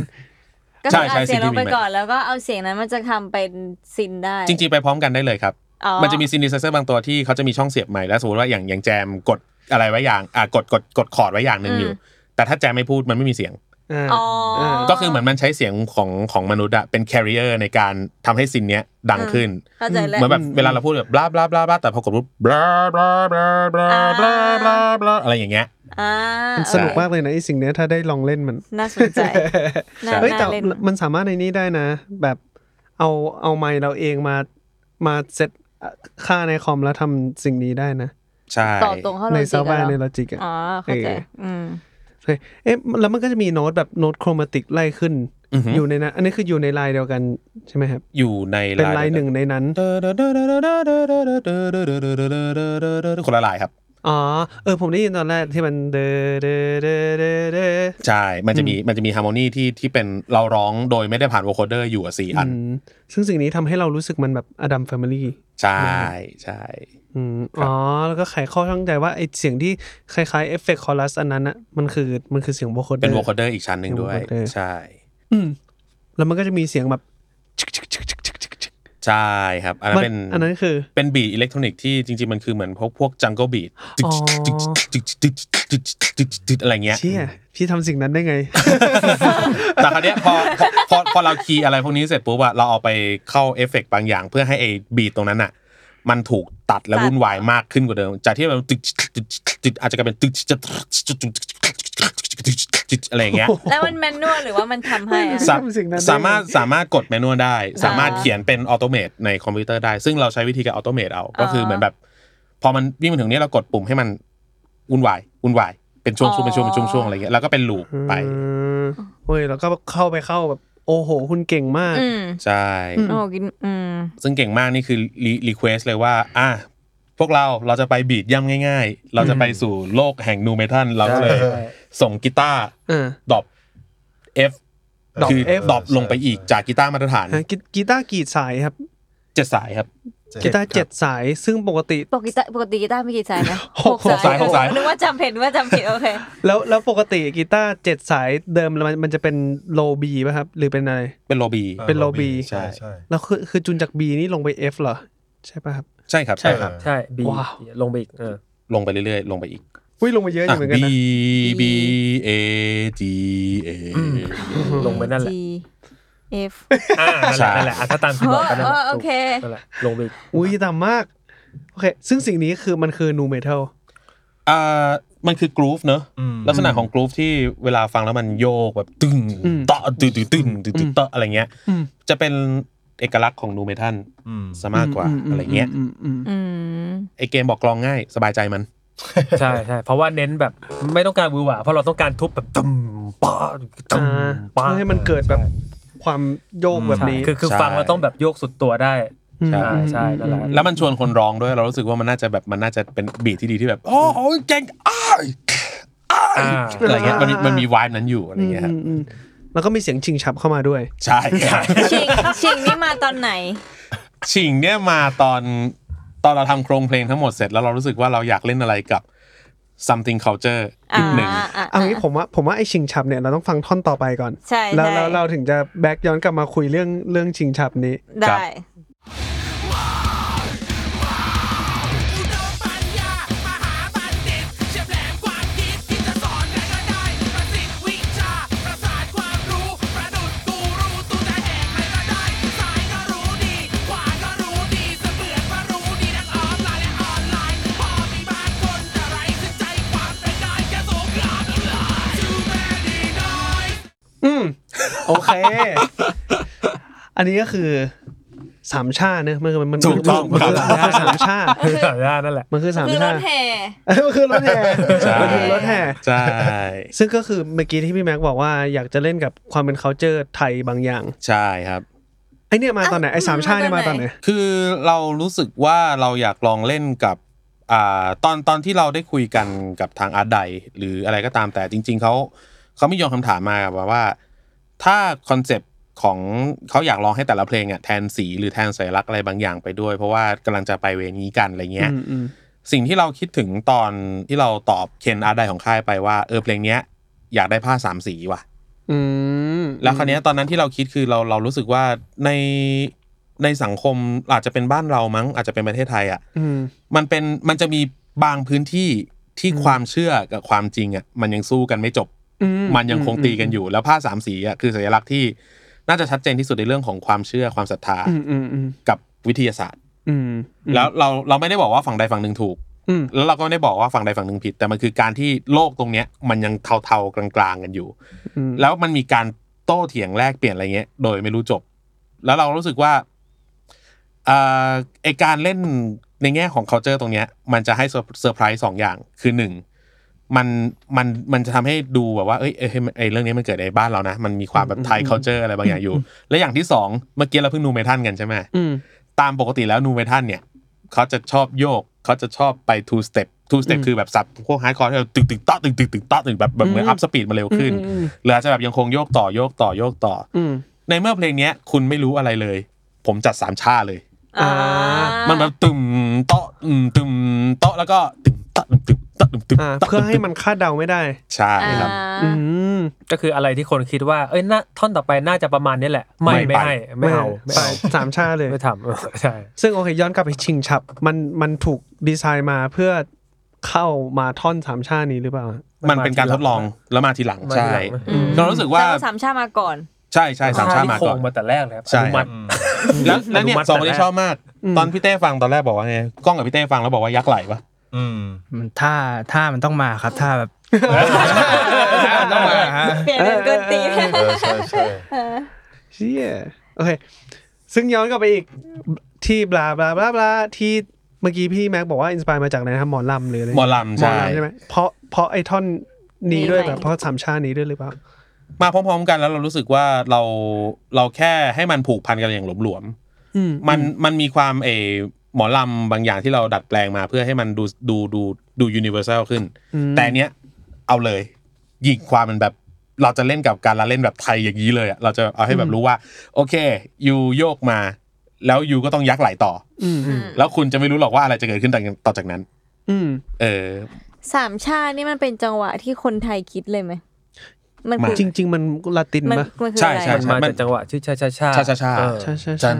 101 ก็คืออัดเสียงลงไปก่อนแล้วก็เอาเสียงนั้นมันจะทำเป็นซินได้จริงๆไปพร้อมกันได้เลยครับมันจะมีซินธิไซเซอร์บางตัวที่เขาจะมีช่องเสียบไมค์แล้วสมมติว่าอย่างแจมกดอะไรไว้อย่างกดคอร์ดไว้อย่างนึงอยู่แต่ถ้าแจมไม่พูดมันไม่มีเสียงก็คือเหมือนมันใช้เสียงของมนุษย์อะเป็นแคริเออร์ในการทำให้ซินเนี้ยดังขึ้นเหมือนแบบเวลาเราพูดแบบบลาบลาบลาบลาแต่พอกดปุ๊บบลาบลาบลาบลาบลาบลาบลาอะไรอย่างเงี้ยมันสนุกมากเลยนะไอ้สิ่งนี้ถ้าได้ลองเล่นมันน่าสนใจเฮ้ยแต่มันสามารถในนี้ได้นะแบบเอาไมค์เราเองมาเซตค่าในคอมแล้วทำสิ่งนี้ได้นะใช่ต่อตรงเข้าในซอฟต์แวร์ใน Logic อ๋อเข้าใจแล้วมันก็จะมีโน้ตแบบโน้ตโครมาติกไล่ขึ้นอยู่ในนั้นอันนี้คืออยู่ในไลน์เดียวกันใช่ไหมครับอยู่ในเป็นไลน์หนึ่งในนั้นคนละไลน์ครับผมได้ยินตอนแรกที่มันใช่มันจะมีฮาร์โมนีที่เป็นเราร้องโดยไม่ได้ผ่านโวคอเดอร์อยู่4อันซึ่งสิ่งนี้ทำให้เรารู้สึกมันแบบ Adam Family ใช่แล้วก็ไขข้อข้องใจว่าไอเสียงที่คล้ายๆเอฟเฟคคอรัสอันนั้นน่ะมันคือเสียงโวคอเดอร์เป็นโวคอเดอร์อีกชั้นนึงด้วยใช่แล้วมันก็จะมีเสียงแบบใช่ครับอันนั้นคือเป็นบีทอิเล็กทรอนิกที่จริงๆมันคือเหมือนพวกจังเกิลบีทอะไรเงี้ยเชี่ยพี่ทำสิ่งนั้นได้ไงแต่คราวเนี้ยพอเราคีย์อะไรพวกนี้เสร็จปุ๊บอะเราเอาไปเข้าเอฟเฟกต์บางอย่างเพื่อให้ไอ้บีทตรงนั้นอะมันถูกตัดและวุ่นวายมากขึ้นกว่าเดิมจากที่เราอาจจะกลายเป็นอะไรอย่างเงี้ยแล้วมันแมนนวลหรือว่ามันทำให้สามารถกดแมนนวลได้สามารถเขียนเป็นออโตเมตในคอมพิวเตอร์ได้ซึ่งเราใช้วิธีการออโตเมตเอาก็คือเหมือนแบบพอมันวิ่งมาถึงนี้เรากดปุ่มให้มันวุ่นวายเป็นช่วงอะไรเงี้ยแล้วก็เป็นลูปไปเฮ้ยแล้วก็เข้าแบบโอ้โหคุณเก่งมากใช่ซึ่งเก่งมากนี่คือรีเควสเลยว่าพวกเราจะไปบีทย่ำง่ายๆเราจะไปสู่โลกแห่งนูเมทัลเราก็เลยส่งกีตาร์ดรอป F คือดรอปลงไปอีกจากกีตาร์มาตรฐานกีตาร์กี่สายครับ 7สายครับกีตาร์7สายซึ่งปกติกีตาร์มีกี่สายนะ6สายนึกว่าจำผิดโอเคแล้วปกติกีตาร์7สายเดิมมันจะเป็นโล B ป่ะครับหรือเป็นอะไรเป็นโล B ใช่แล้วคือจุนจาก B นี่ลงไป F เหรอใช่ป่ะครับใช่ครับใช่ B ลงไปอีกลงไปเรื่อยๆลงไปอีกลงไปเยอะอยู่เหมือนกันนะ B A G A ลงไปนั่นแหละ F นั่นแหละถ้าตามที่บอกกันโอเคนั่นแหละลงไปต่ำมากโอเคซึ่งสิ่งนี้คือมันคือนูเมทัลมันคือกรูฟเนอะลักษณะของกรูฟที่เวลาฟังแล้วมันโยกแบบตึ้งตะตึ้งตึ้งตึ้งตึ้งตึ้งตะอะไรเงี้ยจะเป็นเอกลักษณ์ของนูเมทัลซะมากกว่าอะไรเงี้ยไอเกมบอกกลองง่ายสบายใจมันใช่ใช่เพราะว่าเน้นแบบไม่ต้องการวือหวาเพราะเราต้องการทุบแบบตึมป้าตึมป้าให้มันเกิดแบบความโยกแบบนี้คือฟังแล้วต้องแบบโยกสุดตัวได้ใช่ใช่นั่นแหละแล้วมันชวนคนร้องด้วยเรารู้สึกว่ามันน่าจะเป็นบีทที่ดีที่แบบโอ้โหเก่งอะไรเงี้ยมันมีไวบ์นั้นอยู่อะไรเงี้ยครับแล้วก็มีเสียงชิงฉับเข้ามาด้วยใช่ชิงนี่มาตอนไหนชิงเนี่ยมาตอนเราทำโครงเพลงทั้งหมดเสร็จแล้วเรารู้สึกว่าเราอยากเล่นอะไรกับ something culture อีกหนึ่งเอางี้ผมว่าไอ้ชิงฉับเนี่ยเราต้องฟังท่อนต่อไปก่อนใช่แล้วเราถึงจะแบ็กย้อนกลับมาคุยเรื่องชิงฉับนี้ได้โอเคอันนี้ก็คือสามชาเนอะมันถูกต้องมันคือสามชานั่นแหละมันคือสามชารถแห่มันคือรถแห่มันคือรถแห่ใช่ซึ่งก็คือเมื่อกี้ที่พี่แม็กบอกว่าอยากจะเล่นกับความเป็น culture ไทยบางอย่างใช่ครับไอเนี่ยมาตอนไหนไอสามชาเนี่ยมาตอนไหนคือเรารู้สึกว่าเราอยากลองเล่นกับตอนที่เราได้คุยกันกับทางอาร์ตไดหรืออะไรก็ตามแต่จริงๆเขาไม่โยนคำถามมาว่าถ้าคอนเซปต์ของเขาอยากลองให้แต่ละเพลงอ่ะแทนสีหรือแทนสัญลักษณ์อะไรบางอย่างไปด้วยเพราะว่ากำลังจะไปเวนี้กันอะไรเงี้ยสิ่งที่เราคิดถึงตอนที่เราตอบเคนอาร์ตไดของค่ายไปว่าเพลงเนี้ยอยากได้ผ้า3สีว่ะแล้วคราวนี้ตอนนั้นที่เราคิดคือเรารู้สึกว่าในสังคมอาจจะเป็นบ้านเรามั้งอาจจะเป็นประเทศไทยอ่ะมันจะมีบางพื้นที่ที่ความเชื่อกับความจริงอ่ะมันยังสู้กันไม่จบมันยังคงตีกันอยู่แล้วผ้า3สีอ่ะคือสัญลักษณ์ที่น่าจะชัดเจนที่สุดในเรื่องของความเชื่อความศรัทธากับวิทยาศาสตร์แล้วเราไม่ได้บอกว่าฝั่งใดฝั่งหนึ่งถูกแล้วเราก็ไม่ได้บอกว่าฝั่งใดฝั่งหนึ่งผิดแต่มันคือการที่โลกตรงเนี้ยมันยังเทาๆกลางๆกันอยู่แล้วมันมีการโต้เถียงแลกเปลี่ยนอะไรเงี้ยโดยไม่รู้จบแล้วเรารู้สึกว่าไอการเล่นในแง่ของ culture ตรงเนี้ยมันจะให้เซอร์ไพรส์2อย่างคือ1มันจะทำให้ดูแบบว่าเรื่องนี้มันเกิดในบ้านเรานะมันมีความแบบไทย culture อะไรบางอย่างอยู่และอย่างที่2เมื่อกี้เราเพิ่งนูเมทัลกันใช่ไหมตามปกติแล้วนูเมทัลเนี่ยเขาจะชอบโยกเขาจะชอบไป two step คือแบบสับพวกฮาร์ดคอร์ที่เราตึกๆต๊ะตึกๆต๊ะตึกแบบเหมือนอัพสปีดมาเร็วขึ้นหรืออาจจะแบบยังคงโยกต่อในเมื่อเพลงนี้คุณไม่รู้อะไรเลยผมจัด3ชาเลยมันแบบตึมโต๊ะตึมโต๊ะแล้วก็ตึมต๊ะตึมเพื่อให้มันคาดเดาไม่ได้ใช่ครับก็คืออะไรที่คนคิดว่าท่อนต่อไปน่าจะประมาณนี้แหละไม่เอาสามชาเลยไม่ทำใช่ซึ่งโอเคย้อนกลับไปชิงฉับมันถูกดีไซน์มาเพื่อเข้ามาท่อนสามชานี้หรือเปล่ามันเป็นการทดลองแล้วมาทีหลังใช่เรารู้สึกว่าสามชามาก่อนใช่สามชามาก่อนมาแต่แรกเลยครับอนุมัติแล้วเนี่ย2คนนี้ชอบมากตอนพี่เต้ฟังตอนแรกบอกว่าไงก้องกับพี่เต้ฟังแล้วบอกว่ายักษ์ไหลปะมันท่ามันต้องมาครับท่าแบบต้องมาเปลี่ยนเกินตีใช่เชี่ยโอเคซึ่งย้อนกลับไปอีกที่บลาที่เมื่อกี้พี่แม็กบอกว่าอินสไปร์มาจากไหนครับหมอลำหรืออะไรหมอลำใช่ไหมเพราะไอ้ท่อนนี้ด้วยแบบเพราะสามชานี้ด้วยหรือเปล่ามาพร้อมๆกันแล้วเรารู้สึกว่าเราแค่ให้มันผูกพันกันอย่างหลวมๆมันมีความหมอลำบางอย่างที่เราดัดแปลงมาเพื่อให้มันดูยูนิเวอร์แซลขึ้นแต่เนี้ยเอาเลยยิงความมันแบบเราจะเล่นกับการละเล่นแบบไทยอย่างนี้เลยอ่ะเราจะเอาให้แบบรู้ว่าโอเคยูโยกมาแล้วยูก็ต้องยักไหลต่อแล้วคุณจะไม่รู้หรอกว่าอะไรจะเกิดขึ้นต่อจากนั้นสามชานี่มันเป็นจังหวะที่คนไทยคิดเลยไหมมันจริงๆมันลาตินป่ะใช่ๆมันมาจากจังหวะชื่อชาจัน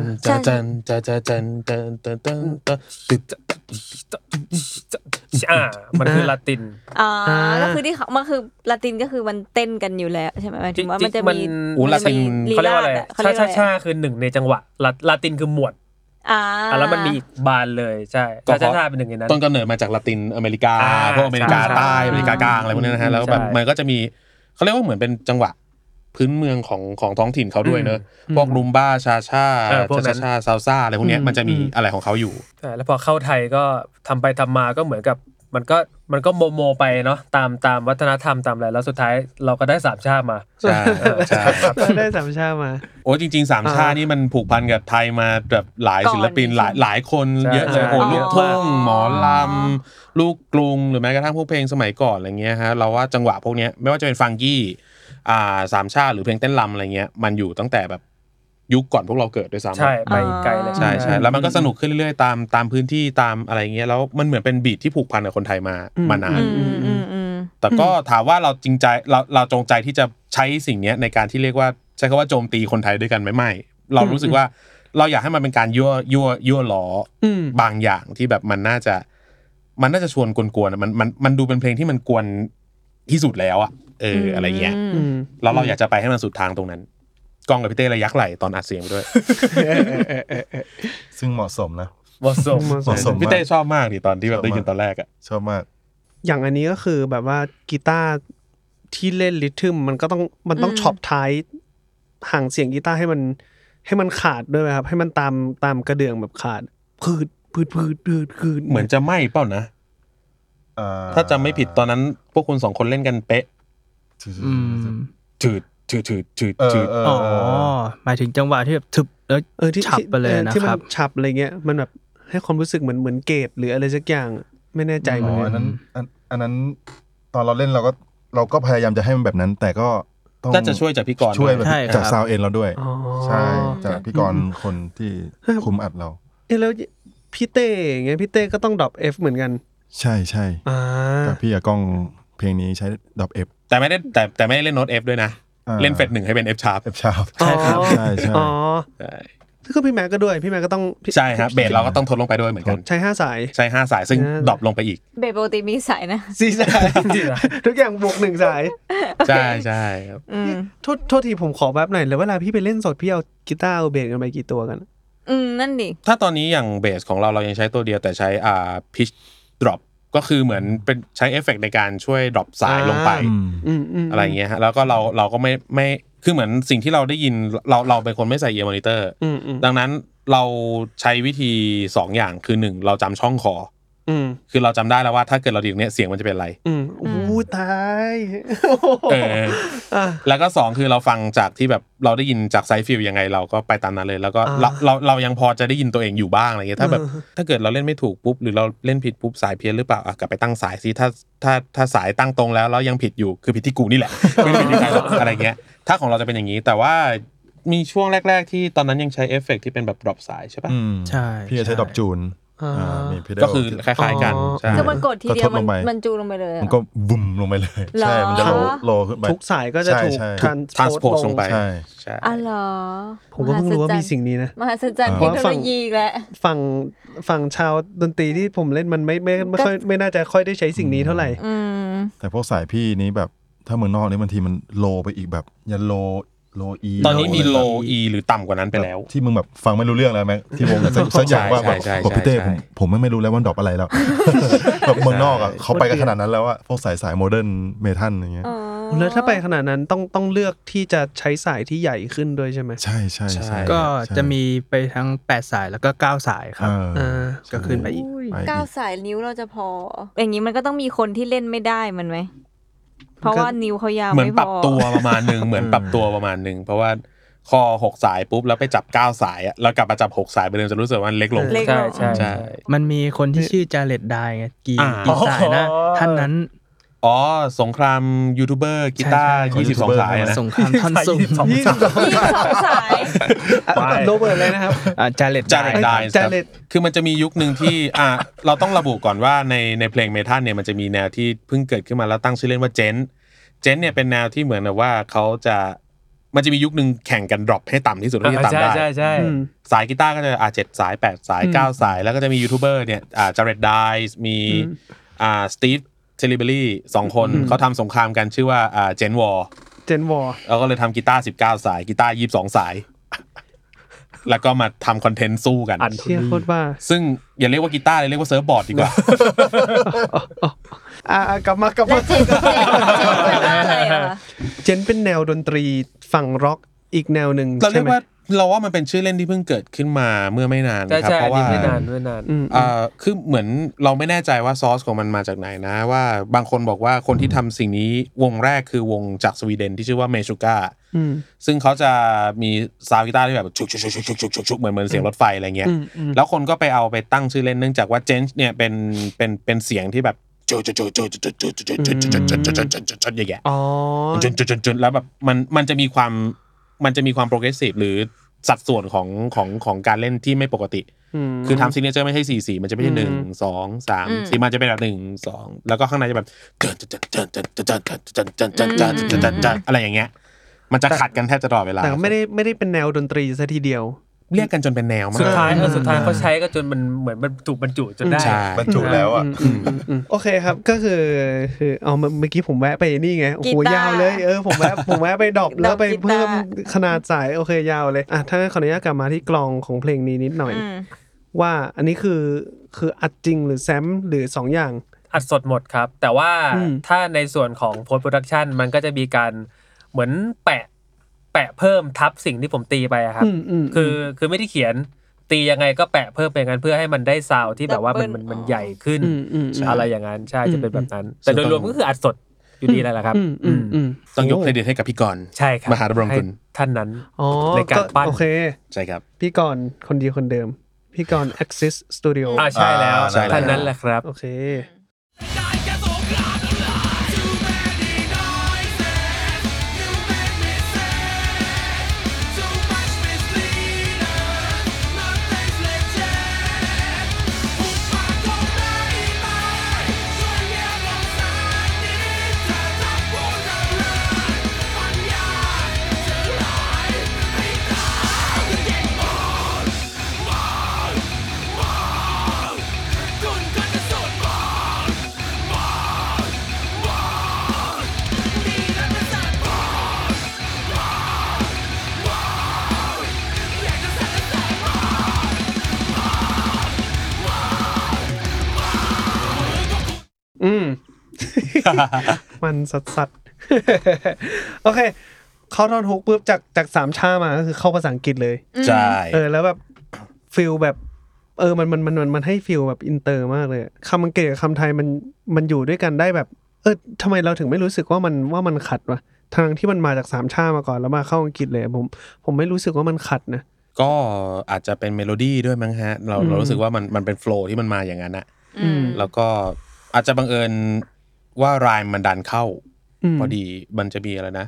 มันคือลาตินก็คือที่มันคือลาตินก็คือมันเต้นกันอยู่แล้วใช่ไหมหมายถึงว่ามันจะมีลาตินเขาเรียกว่าอะไรชาคือ1ในจังหวะลาตินคือหมวดแล้วมันมีอีกบานเลยใช่ชาเป็นหนึ่งในนั้นต้นกำเนิดมาจากละตินอเมริกาพวกอเมริกาใต้อเมริกากลางอะไรพวกนี้นะฮะแล้วแบบมันก็จะมีเขาเรียกว่าเหมือนเป็นจังหวะพื้นเมืองของท้องถิ่นเขาด้วยเนอะพวกรุมบ้าชาชาซาลซ่าอะไรพวกนี้มันจะมีอะไรของเขาอยู่แล้วพอเข้าไทยก็ทำไปทำมาก็เหมือนกับมันก็โมไปเนาะตามวัฒนธรรมตามอะไรแล้วสุดท้ายเราก็ได้สามชาติมาใช่ได้สามชาติมาโอ้จริงๆสามชาตินี่มันผูกพันกับไทยมาแบบหลายศิลปินหลายคนเยอะเลยโอ้ลูกทุ่งหมอลำลูกกรุงหรือแม้กระทั่งพวกเพลงสมัยก่อนอะไรเงี้ยฮะเราว่าจังหวะพวกนี้ไม่ว่าจะเป็นฟังกี้สามชาติหรือเพลงเต้นรำอะไรเงี้ยมันอยู่ตั้งแต่แบบยุคก่อนพวกเราเกิดด้วยซ้ำใช่ไปไกลเลยใช่แล้วมันก็สนุกขึ้นเรื่อยๆตามพื้นที่ตามอะไรเงี้ยแล้วมันเหมือนเป็นบีทที่ผูกพันกับคนไทยมานานแต่ก็ถามว่าเราจริงใจเราจงใจที่จะใช้สิ่งนี้ในการที่เรียกว่าใช้คำว่าโจมตีคนไทยด้วยกันไม่เรารู้สึกว่าเราอยากให้มันเป็นการยั่วล้อบางอย่างที่แบบมันน่าจะชวนกวนๆมันดูเป็นเพลงที่มันกวนที่สุดแล้วอ่ะอะไรเงี้ยแล้วเราอยากจะไปให้มันสุดทางตรงนั้นกล้องกับพี่เต้ระยักไหลตอนอัดเสียงด้วยซึ่งเหมาะสมนะเหมาะสมพี่เต้ชอบมากดิตอนที่แบบได้ยินตอนแรกอ่ะชอบมากอย่างอันนี้ก็คือแบบว่ากีตาร์ที่เล่นริทึมมันต้องช็อปท้ายห่างเสียงกีตาร์ให้มันขาดด้วยครับให้มันตามกระเดื่องแบบขาดพืดเหมือนจะไม่เปล่านะถ้าจำไม่ผิดตอนนั้นพวกคุณสองคนเล่นกันเป๊ะจืดอ๋อหมายถึงจังหวะที่แบบทึบแล้วฉับไปเลยนะครับที่มันฉับอะไรเงี้ยมันแบบให้ความรู้สึกเหมือนเกตหรืออะไรสักอย่างไม่แน่ใจเหมือนกันอันนั้นตอนเราเล่นเราก็พยายามจะให้มันแบบนั้นแต่ก็ต้องน่าจะช่วยจากพี่กรณ์ช่วยจากซาวเอ็นเราด้วยใช่จากพี่กรณ์คนที่คุมอัดเราแล้วพี่เต้อย่างเงี้ยพี่เต้ก็ต้องดรอป F เหมือนกันใช่กับพี่กับกล้องเพลงนี้ใช้ดรอป F แต่ไม่ได้เล่นโน้ต F ด้วยนะเล่นเฟด1ให้เป็น F sharp ใช่ครับใช่อ๋อซึ่งก็พี่แม็กก็ด้วยพี่แม็กก็ต้องใช่ครับเบสเราก็ต้องทดลงไปด้วยเหมือนกันใช้5สายซึ่งดรอปลงไปอีกเบสปกติมีสายนะ 4สายทุกอย่างบวก1สายใช่ครับโทษทีผมขอแป๊บหน่อยแล้วเวลาพี่ไปเล่นสดพี่เอากีตาร์เอาเบสกันไปกี่ตัวกันนั่นดิถ้าตอนนี้อย่างเบสของเรายังใช้ตัวเดียวแต่ใช้pitch drop ก็คือเหมือนเป็นใช้เอฟเฟคในการช่วยดรอปสายลงไปอะไรเงี้ยฮะแล้วก็เราก็ไม่คือเหมือนสิ่งที่เราได้ยินเราเป็นคนไม่ใส่เอียร์มอนิเตอร์ดังนั้นเราใช้วิธี2อย่างคือ1เราจำช่องคอคือเราจำได้แล้วว่าถ้าเกิดเราดีตรงนี้เสียงมันจะเป็นอะไรตายแล้วก็2คือเราฟังจากที่แบบเราได้ยินจากไซด์ฟิลยังไงเราก็ไปตามนั้นเลยแล้วก็เรายังพอจะได้ยินตัวเองอยู่บ้างอะไรเงี้ยถ้าเกิดเราเล่นไม่ถูกปุ๊บหรือเราเล่นผิดปุ๊บสายเพี้ยนหรือเปล่ากลับไปตั้งสายซิถ้าสายตั้งตรงแล้วยังผิดอยู่คือผิดที่กูนี่แหละไม่ผิดที่ใครหรอกอะไรเงี้ยถ้าของเราจะเป็นอย่างนี้แต่ว่ามีช่วงแรกๆที่ตอนนั้นยังใช้เอฟเฟคที่เป็นแบบดรอปสายใช่ป่ะใช่พี่จะใช้ดรอปจูนก็คือคล้ายๆกันใช่คือมันกดทีเดียวมันจูลงไปเลยมันก็วุ้มลงไปเลยใช่มันจะโลขึ้นไปทุกสายก็จะถูก transpose ลงไปใช่อ๋อเหรอผมก็เพิ่งรู้ว่ามีสิ่งนี้นะมหัศจรรย์เทคโนโลยีแหละฝั่งชาวดนตรีที่ผมเล่นมันไม่ค่อยไม่น่าจะค่อยได้ใช้สิ่งนี้เท่าไหร่แต่พวกสายพี่นี้แบบถ้าเมืองนอกนี่บางทีมันโลไปอีกแบบยันโลE ตอนนี้มีโล E หรือต่ำกว่านั้นไปแล้วที่มึงแบบฟังไม่รู้เรื่องแล้วแม็กที่วงสักอย่างว่าแบบพี่เต้ผมไม่รู้แล้วว่าดรอปอะไรแล้วแบบเมืองนอกอ่ะเขาไปกันขนาดนั้นแล้วอ่ะพวกสายโมเดิร์นเมทัลอย่างเงี้ยแล้วถ้าไปขนาดนั้นต้องเลือกที่จะใช้สายที่ใหญ่ขึ้นด้วยใช่ไหมใช่ก็จะมีไปทั้ง8สายแล้วก็9สายครับก็ขึ้นไปอีก 9สายนิ้วเราจะพออย่างนี้มันก็ต้องมีคนที่เล่นไม่ได้มันไหมเพราะว่านิ้วเขายาวไม่พอเหมือนปรับตัวประมาณนึงเพราะว่าคอ6สายปุ๊บแล้วไปจับ9สายอ่ะแล้วกลับมาจับ6สายไปเดิมจะรู้สึกว่ามันเล็กลงใช่มันมีคนที่ชื่อจาเล็ดได้ไงกี่สายนะท่านนั้นสงครามยูทูบเบอร์กีตาร์22สายนะสงครามท่อนสูง 22สายโรเบิร์ตเลยนะครับจาเล็ดคือมันจะมียุคนึงที่เราต้องระบุก่อนว่าในเพลงเมทัลเนี่ยมันจะมีแนวที่เพิ่งเกิดขึ้นมาแล้วตั้งชื่อเล่นว่าเจนเนี่ยเป็นแนวที่เหมือนแบบว่ามันจะมียุคนึงแข่งกันดรอปให้ต่ำที่สุดที่จะต่ำได้ใช่สายกีตาร์ก็จะ7สาย8สาย9สายแล้วก็จะมียูทูบเบอร์เนี่ยจาเร็ดไดส์มีสตีฟเทลิเบอรี่2คนเขาทำสงครามกันชื่อว่าเจนวอร์แล้วก็เลยทำกีตาร์19สายกีตาร์22สายแล้วก็มาทำคอนเทนต์สู้กันเชี่ยโคตรบ้าซึ่งอย่าเรียกว่ากีตาร์เลยเรียกว่าเซิร์ฟบอร์ดดีกว่ากลับมาแล้วเจนเป็นอะไรอะเจนเป็นแนวดนตรีฝั่งร็อกอีกแนวนึงเราเรียกว่าเราว่ามันเป็นชื่อเล่นที่เพิ่งเกิดขึ้นมาเมื่อไม่นานครับเพราะว่าไม่นานคือเหมือนเราไม่แน่ใจว่าซอสของมันมาจากไหนนะว่าบางคนบอกว่าคนที่ทำสิ่งนี้วงแรกคือวงจากสวีเดนที่ชื่อว่าเมชูก้าซึ่งเขาจะมีซาวด์กีตาร์ที่แบบชุกๆๆๆๆเหมือนเสียงรถไฟอะไรเงี้ยแล้วคนก็ไปเอาไปตั้งชื่อเล่นเนื่องจากว่าเจนเนี่ยเป็นเสียงที่แบบจุดอย่างเงี้ยจุดแล้วแบบมันจะมีความโปรเกรสซีฟหรือสัดส่วนของการเล่นที่ไม่ปกติคือทำซิกเนเจอร์ไม่ใช่4-4มันจะไม่ใช่1 2 3 4มันจะเป็นแบบ1 2แล้วก็ข้างในจะแบบอะไรอย่างเงี้ยมันจะขัดกันแทบจะตลอดเวลาแต่ไม่ได้เป็นแนวดนตรีซะทีเดียวเรียกกันจนเป็นแนวมากสุดท้ายเขาใช้ก็จนมันเหมือนบรรจุจนได้บรรจุแล้วอ่ะโอเคครับก็คือเอาเมื่อกี้ผมแวะไปนี่ไงโอ้โหยาวเลยผมแวะไปดรอปแล้วไปเพิ่มขนาดสายโอเคยาวเลยถ้างั้นขออนุญาตกลับมาที่กลองของเพลงนี้นิดหน่อยว่าอันนี้คืออัดจริงหรือแซมหรือ2อย่างอัดสดหมดครับแต่ว่าถ้าในส่วนของ post production มันก็จะมีการเหมือนแปะเพิ่มทับสิ่งที่ผมตีไปอะครับคือไม่ได้เขียนตียังไงก็แปะเพิ่มไปงั้นเพื่อให้มันได้ซาวด์ที่แบบว่ามันใหญ่ขึ้นอะไรอย่างนั้นใช่จะเป็นแบบนั้นแต่โดยรวมก็คืออัดสดอยู่ดีแล้วล่ะครับต้องยกเครดิตให้กับพี่กรณ์ใช่ครับมหาดำรงคุณท่านนั้นในการปั้นโอเคใช่ครับพี่กรณ์คนดีคนเดิมพี่กรณ์ Axis Studio ใช่แล้วท่านนั้นแหละครับโอเคมันสัดโอเคเข้าท่อนฮุกปุ๊บจาก3ชามาก็คือเข้าภาษาอังกฤษเลยใช่แล้วแบบฟีลแบบมันให้ฟีลแบบอินเตอร์มากเลยคำอังกฤษกับคำไทยมันอยู่ด้วยกันได้แบบทำไมเราถึงไม่รู้สึกว่ามันขัดวะทั้งที่มันมาจาก3ชามาก่อนแล้วมาเข้าอังกฤษเลยผมไม่รู้สึกว่ามันขัดนะก็อาจจะเป็นเมโลดี้ด้วยมั้งฮะเรารู้สึกว่ามันเป็นโฟลว์ที่มันมาอย่างนั้นนะแล้วก็อาจจะบังเอิญว่ารายมันดันเข้าพอดีมันจะมีอะไรนะ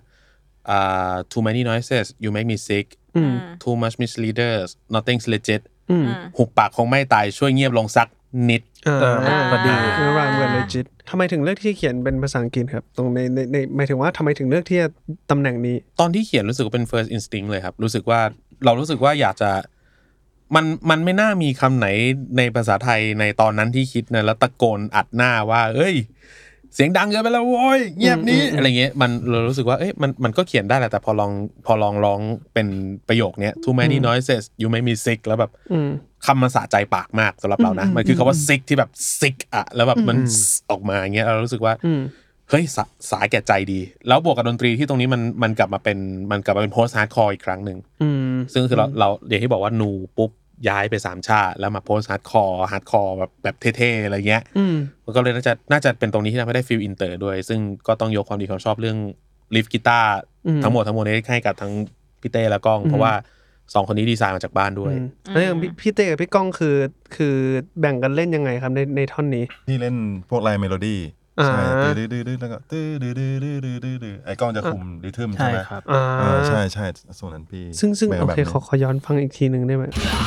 too many noises you make me sick too much misleaders nothing's legit หุบปากคงไม่ตายช่วยเงียบลงสักนิดพอดีรายเหมือน legit ทำไมถึงเลือกที่เขียนเป็นภาษาอังกฤษครับตรงในหมายถึงว่าทำไมถึงเลือกที่ตำแหน่งนี้ตอนที่เขียนรู้สึกว่าเป็น first instinct เลยครับรู้สึกว่าอยากจะมันไม่น่ามีคำไหนในภาษาไทยในตอนนั้นที่คิดนะแล้วตะโกนอัดหน้าว่าเอ้ยเสียงดังเกินไปแล้วโว้ยเงียบนี้อะไรเงี้ยเรารู้สึกว่าเอ้ยมันก็เขียนได้แหละแต่พอลองร้องเป็นประโยคเนี้ย too many noises you make me sick แล้วแบบคำมันสะใจปากมากสำหรับเรานะมันคือคำว่า sick ที่แบบ sick อะแล้วแบบมันออกมาอย่างเงี้ยเรารู้สึกว่าเฮ้ยสายแก่ใจดีแล้วบวกกับดนตรีที่ตรงนี้มันกลับมาเป็น post hardcore อีกครั้งนึงซึ่งคือเราอย่างที่บอกว่านูปุ๊บย้ายไป3ชาติแล้วมาโพสฮาร์ดคอร์แบบเท่ๆอะไรเงี้ยมันก็เลยน่าจะเป็นตรงนี้ที่ทำให้ได้ฟีลอินเตอร์ด้วยซึ่งก็ต้องยกความดีความชอบเรื่องลิฟกีตาร์ทั้งหมดนี้ให้กับทั้งพี่เต้และก้องเพราะว่า2คนนี้ดีไซน์มาจากบ้านด้วยแล้วอย่างพี่เต้กับพี่ก้องคือแบ่งกันเล่นยังไงครับในท่อนนี้นี่เล่นพวกไลน์เมโลดี้ใช่ดื้อๆแล้วก็ดื้อๆไอ้ก้องจะคุมริทึมใช่ไหมครับใช่ส่วนนั้นพี่ซึ่งโอเคขอย้อนฟังอีกทีนึงได้ไหม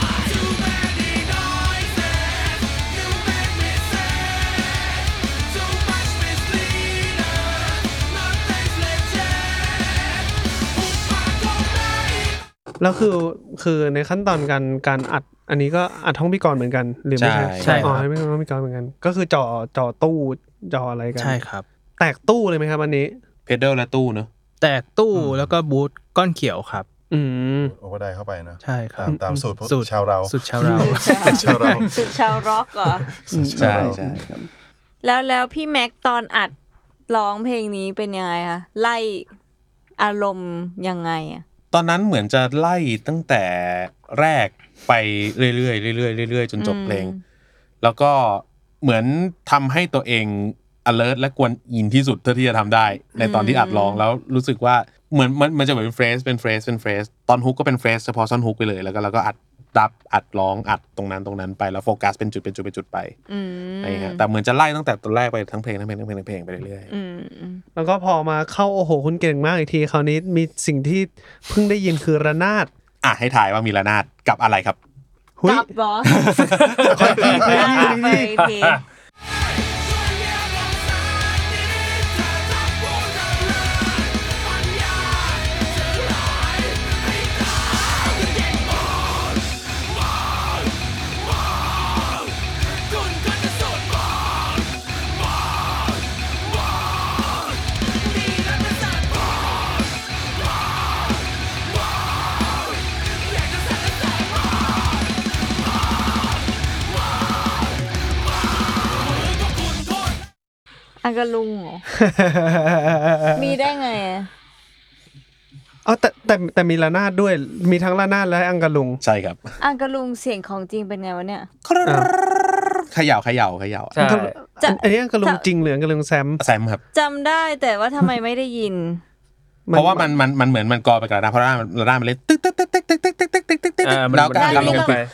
แล้วคือในขั้นตอนการอัดอันนี้ก็อัดห้องพี่กรณ์เหมือนกันหรือไม่ใช่ให้พี่กรณ์เหมือนกันก็คือจ่อตู้จ่ออะไรกันใช่ครับแตกตู้เลยไหมครับอันนี้เพดเดิลและตู้เนอะแตกตู้แล้วก็บูทก้อนเขียวครับโอเวอร์ไดเข้าไปนะใช่ครับตามสูตรชาวเราสูตรชาวเราชาวเราสุดชาวร็อกเหรอใช่ใช่ครับแล้วพี่แม็กตอนอัดร้องเพลงนี้เป็นยังไงคะไล่อารมณ์ยังไงอะตอนนั้นเหมือนจะไล่ตั้งแต่แรกไปเรื่อยๆเรื่อยๆเรื่อยๆจนจบเพลงแล้วก็เหมือนทำให้ตัวเอง alert และกวนอินที่สุดเท่าที่จะทำได้ในตอนที่อัดร้องแล้วรู้สึกว่าเหมือนมันจะเหมือนเป็นเฟรสตอนฮุกก็เป็นเฟรสเฉพาะท่อนฮุกไปเลยแล้วก็อัดร้องอัดตรงนั้นไปแล้วโฟกัสเป็นจุดไปอะไรเงี้ยแต่เหมือนจะไล่ตั้งแต่ตอนแรกไปทั้งเพลงไปเรื่อยๆแล้วก็พอมาเข้าโอ้โหคุณเก่งมากอีกทีคราวนี้มีสิ่งที่เพิ่งได้ยินคือระนาดให้ถ่ายว่ามีระนาดกับอะไรครับกับบอสค่อยๆอังกะลุงเหรอ มีได้ไงอ่ะแต่มีระนาดด้วยมีทั้งระนาดและอังกะลุงใช่ครับอังกะลุงเสียงของจริงเป็นไงวะเนี่ยเขย่าใช่อันนี้อังกะลุงจริงหรืออังกะลุงแซมครับจำได้แต่ว่าทำไมไม่ได้ยินเพราะว่ามันเหมือนมันกอไปกับระนาดเพราะระนาดมันเล่นตึ๊กแล้วก็ลงไป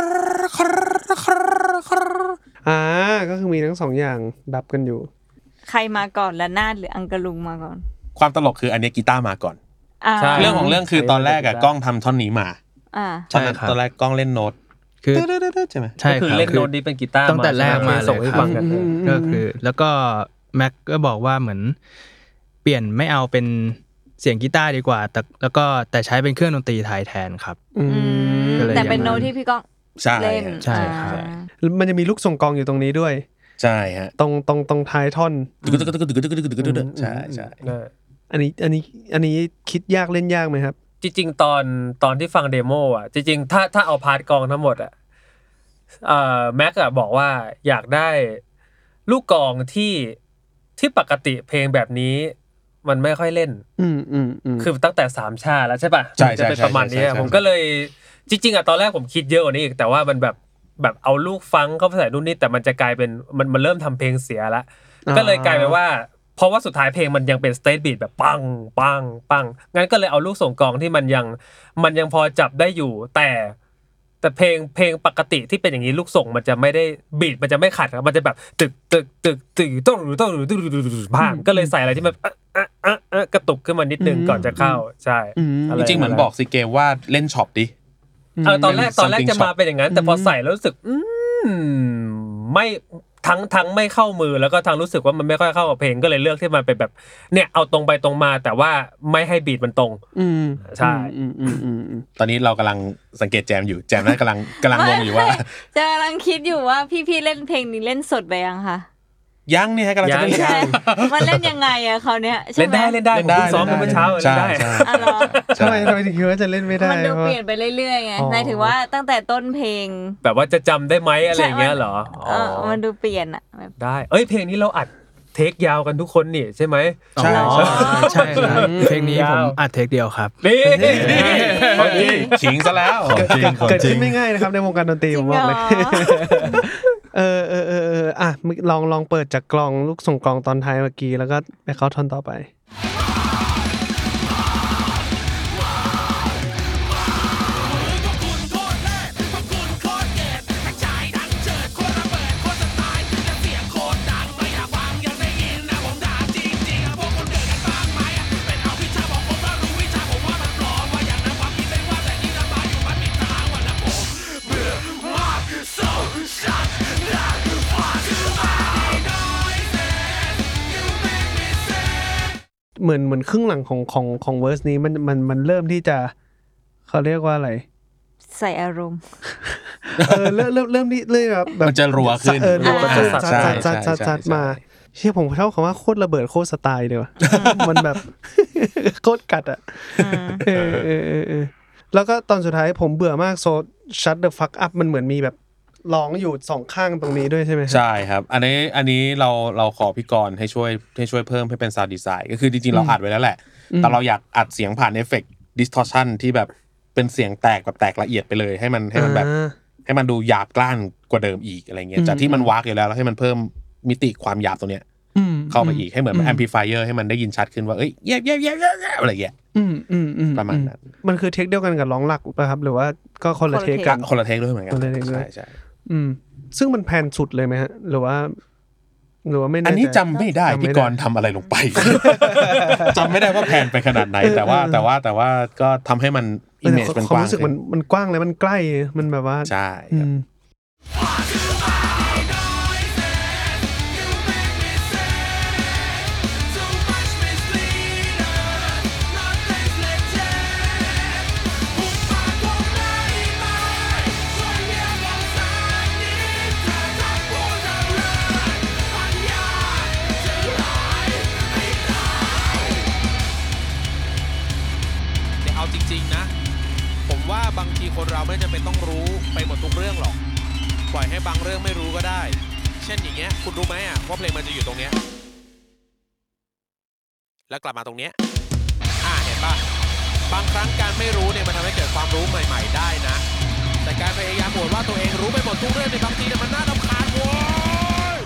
ก็คือมีทั้งสองอย่างดับกันอยู่ใครมาก่อนระนาดหรืออังกะลุงมาก่อนความตลกคืออันนี้กีตาร์มาก่อนเรื่องของเรื่องคือตอนแรกอะกล้องทำท่อนนี้มาตอนแรกกล้องเล่นโน้ตคือใช่ไหมใช่คือเล่นโน้ตนี้เป็นกีตาร์ตั้งแต่แรกมาส่งให้ฟังกันก็คือแล้วก็แม็กก็บอกว่าเหมือนเปลี่ยนไม่เอาเป็นเสียงกีตาร์ดีกว่าแต่ใช้เป็นเครื่องดนตรีไทยแทนครับแต่เป็นโน้ตที่พี่ก้องเล่นใช่ครับมันจะมีลูกส่งกลองอยู่ตรงนี้ด้วยใช่ฮะตรงท้ายท่อนใช่อันนี้คิดยากเล่นยากไหมครับจริงๆตอนที่ฟังเดโมอ่ะจริงๆถ้าเอาพาร์ทกลองทั้งหมดอ่ะแม็กอะบอกว่าอยากได้ลูกกลองที่ปกติเพลงแบบนี้มันไม่ค่อยเล่นคือตั้งแต่3ชาแล้วใช่ป่ะจะเป็นประมาณนี้ผมก็เลยจริงๆอ่ะตอนแรกผมคิดเยอะกว่านี้อีกแต่ว่ามันแบบเอาลูกฟังเข้าไปใส่นู่นนี่แต่มันจะกลายเป็นมันเริ่มทำเพลงเสียละก็เลยกลายเป็นว่าเพราะว่าสุดท้ายเพลงมันยังเป็นสเตทบีทแบบปังปังปังงั้นก็เลยเอาลูกส่งกลองที่มันยังพอจับได้อยู่แต่เพลงปกติที่เป็นอย่างนี้ลูกส่งมันจะไม่ได้บีทมันจะไม่ขัดมันจะแบบตึกต้องพามก็เลยใส่อะไรที่มันกระตุกขึ้นมานิดนึงก่อนจะเข้าใช่จริงๆเหมือนบอกซีเกมว่าเล่นช็อปดิตอนแรกจะมาเป็นอย่างนั้นแต่พอใส่แล้วรู้สึกไม่ทั้งไม่เข้ามือแล้วก็ทั้งรู้สึกว่ามันไม่ค่อยเข้ากับเพลงก็เลยเลือกที่มันเป็นแบบเนี่ยเอาตรงไปตรงมาแต่ว่าไม่ให้บีทมันตรงใช่ตอนนี้เรากำลังสังเกตแจมอยู่แจมนั้นกำลังงงอยู่ว่าจะกำลังคิดอยู่ว่าพี่เล่นเพลงนี้เล่นสดไปยังคะยังเนี่ยกำลังจะเล่นมันเล่นยังไงอะเขาเนี้ยเล่นได้ผมซ้อมเมื่อเช้าเล่นได้ทำไมถึงคิดว่าจะเล่นไม่ได้มันดูเปลี่ยนไปเรื่อยๆไงหมายถึงว่าตั้งแต่ต้นเพลงแบบว่าจะจำได้ไหมอะไรอย่างเงี้ยเหรอมันดูเปลี่ยนอะได้เพลงนี้เราอัดเทคยาวกันทุกคนนี่ใช่ไหมใช่ครับเพลงนี้ผมอัดเทคเดียวครับนี่ขิงซะแล้วเกิดขึ้นไม่ง่ายนะครับในวงการดนตรีผมบอกเลยลองเปิดจากกลองลูกส่งกลองตอนท้ายเมื่อกี้แล้วก็ไปเข้าท่อนต่อไปเหมือนครึ่งหลังของเวอร์สนี้มันเริ่มที่จะเขาเรียกว่าอะไรใส่อารมณ์เริ่มที่เลยแบบมันจะรัวขึ้นซัดมาเชี่ยผมชอบคำว่าโคตรระเบิดโคตรสไตล์เลยว่ะมันแบบโคตรกัดอ่ะเออแล้วก็ตอนสุดท้ายผมเบื่อมากโซ shut the fuck up มันเหมือนมีแบบร้องอยู่สองข้างตรงนี้ด้วยใช่ไหมใช่ครับอันนี้เราขอพี่กรณ์ให้ช่วยเพิ่มให้เป็น sound design ก็คือจริงๆเราอัดไว้แล้วแหละแต่เราอยากอัดเสียงผ่านเอฟเฟกต์ distortion ที่แบบเป็นเสียงแตกแบบแตกละเอียดไปเลยให้มันแบบให้มันดูหยาบกร้านกว่าเดิมอีกอะไรเงี้ยจากที่มันวากอยู่แล้วให้มันเพิ่มมิติความหยาบตรงเนี้ยเข้าไปอีกให้เหมือน amplifier ให้มันได้ยินชัดขึ้นว่าเอ้ยเย็บอะไรเงี้ยประมาณนั้นมันคือเทคเดียวกันกับร้องหลักป่ะครับหรือว่าก็คนละเทคกันคนละเทคด้วยเหมือนกันใช่ซึ่งมันแพนสุดเลยไหมฮะหรือว่าไม่แน่ใจอันนี้จำไม่ได้พี่กรณ์ทำอะไรลงไปจำไม่ได้ว่าแพนไปขนาดไหนแต่ว่าก็ทำให้มันอิมเมจมันกว้างรู้สึกมันกว้างเลยมันใกล้มันแบบว่าใช่ครับจริงๆนะผมว่าบางทีคนเราไม่จำเป็นต้องรู้ไปหมดทุกเรื่องหรอกปล่อยให้บางเรื่องไม่รู้ก็ได้เช่นอย่างเงี้ยคุณรู้ไหมว่าเพลงมันจะอยู่ตรงเนี้ยแล้วกลับมาตรงเนี้ยเห็นป่ะบางครั้งการไม่รู้เนี่ยมันทำให้เกิดความรู้ใหม่ๆได้นะแต่การพยายามบ่นว่าตัวเองรู้ไปหมดทุกเรื่องในบางทีเนี่ยมันน่ารำคาญโว้ย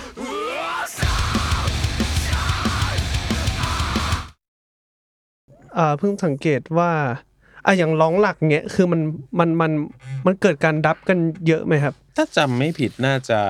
เพิ่งสังเกตว่าอย่างร้องหลักเงี้ยคือมันเกิดการดับกันเยอะไหมครับถ้าจำไม่ผิดน่าจะ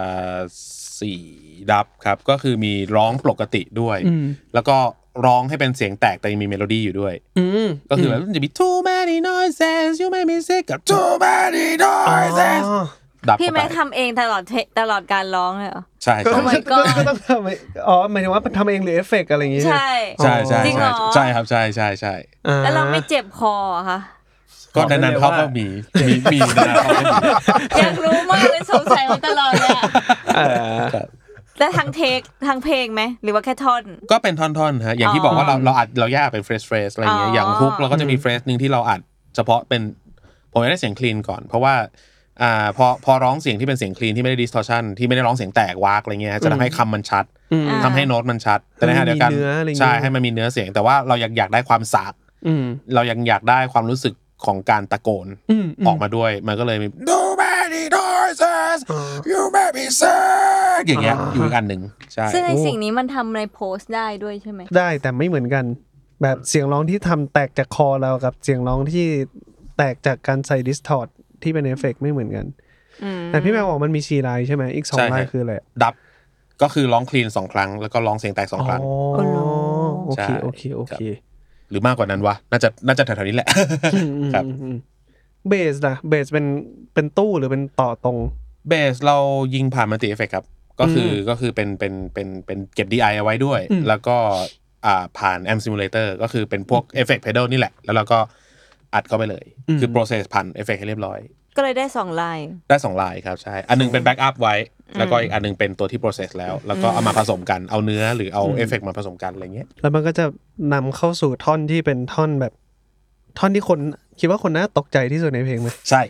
4ดับครับก็คือมีร้องปกติด้วยแล้วก็ร้องให้เป็นเสียงแตกแต่ยังมีเมโลดี้อยู่ด้วยก็คือแบบจะมี too many noises you make me sick กับ too many noises พี่แม็กทำเองตลอดการร้องเลยเหรอใช่ก็ต้องทำหมายถึงว่าทำเองหรือเอฟเฟกต์อะไรอย่างงี้ใช่จริงเหรอใช่ครับใช่แล้วเราไม่เจ็บคอคะก็นานๆเขาก็มีนานๆเขาก็มีอยากรู้มากเลยสงสัยมาตลอดเลยแล้วทั้งเพลงไหมหรือว่าแค่ท่อนก็เป็นท่อนๆฮะอย่างที่บอกว่าเราแยกเป็นเฟรชอะไรอย่างเงี้ยอย่างฮุกเราก็จะมีเฟรชนึงที่เราอัดเฉพาะเป็นผมได้เสียงคลีนก่อนเพราะว่าพอร้องเสียงที่เป็นเสียงคลีนที่ไม่ได้ distortion ที่ไม่ได้ร้องเสียงแตกวากอะไรเงี้ยจะทำให้คำมันชัดทำให้โน้ตมันชัดแต่ในขณะเดียวกันใช่ให้มันมีเนื้อเสียงแต่ว่าเราอยากได้ความสากเรายังอยากได้ความรู้สึกของการตะโกนออกมาด้วยมันก็เลยมี nobody noises you make me sick อย่างเงี้ยอยู่อีกอันนึงใช่ซึ่งไอ้สิ่งนี้มันทำในโพสต์ได้ด้วยใช่ไหมได้แต่ไม่เหมือนกันแบบเสียงร้องที่ทำแตกจากคอเรากับเสียงร้องที่แตกจากการใส่ distort ที่เป็นเอฟเฟกต์ไม่เหมือนกันแต่พี่แม่บอกมันมี4ลายใช่ไหมอีก2ลายคืออะไรดับก็คือร้องคลีน2ครั้งแล้วก็ร้องเสียงแตก2ครั้งโอเคหรือมากกว่านั้นวะน่าจะแถวๆนี้แหละครับเบสล่ะเบสเป็นตู้หรือเป็นต่อตรงเบสเรายิงผ่านมัลติเอฟเฟคครับก็คือเป็นเก็บ DI เอาไว้ด้วยแล้วก็ผ่าน Amp Simulator ก็คือเป็นพวก Effect Pedal นี่แหละแล้วเราก็อัดเข้าไปเลยคือ process ผ่าน Effect ให้เรียบร้อยก็เลยได้2ลายครับใช่อันนึงเป็น backup ไว้แล้วก็อีกอันนึงเป็นตัวที่ process แล้วก็เอามาผสมกันเอาเนื้อหรือเอา effect มาผสมกันอะไรเงี้ยแล้วมันก็จะนำเข้าสู่ท่อนที่เป็นท่อนแบบท่อนที่คนคิดว่าคนน่าตกใจที่สุดในเพลงมั้ยใช่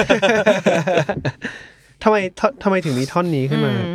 ทำไมถึงมีท่อนนี้ขึ้นมา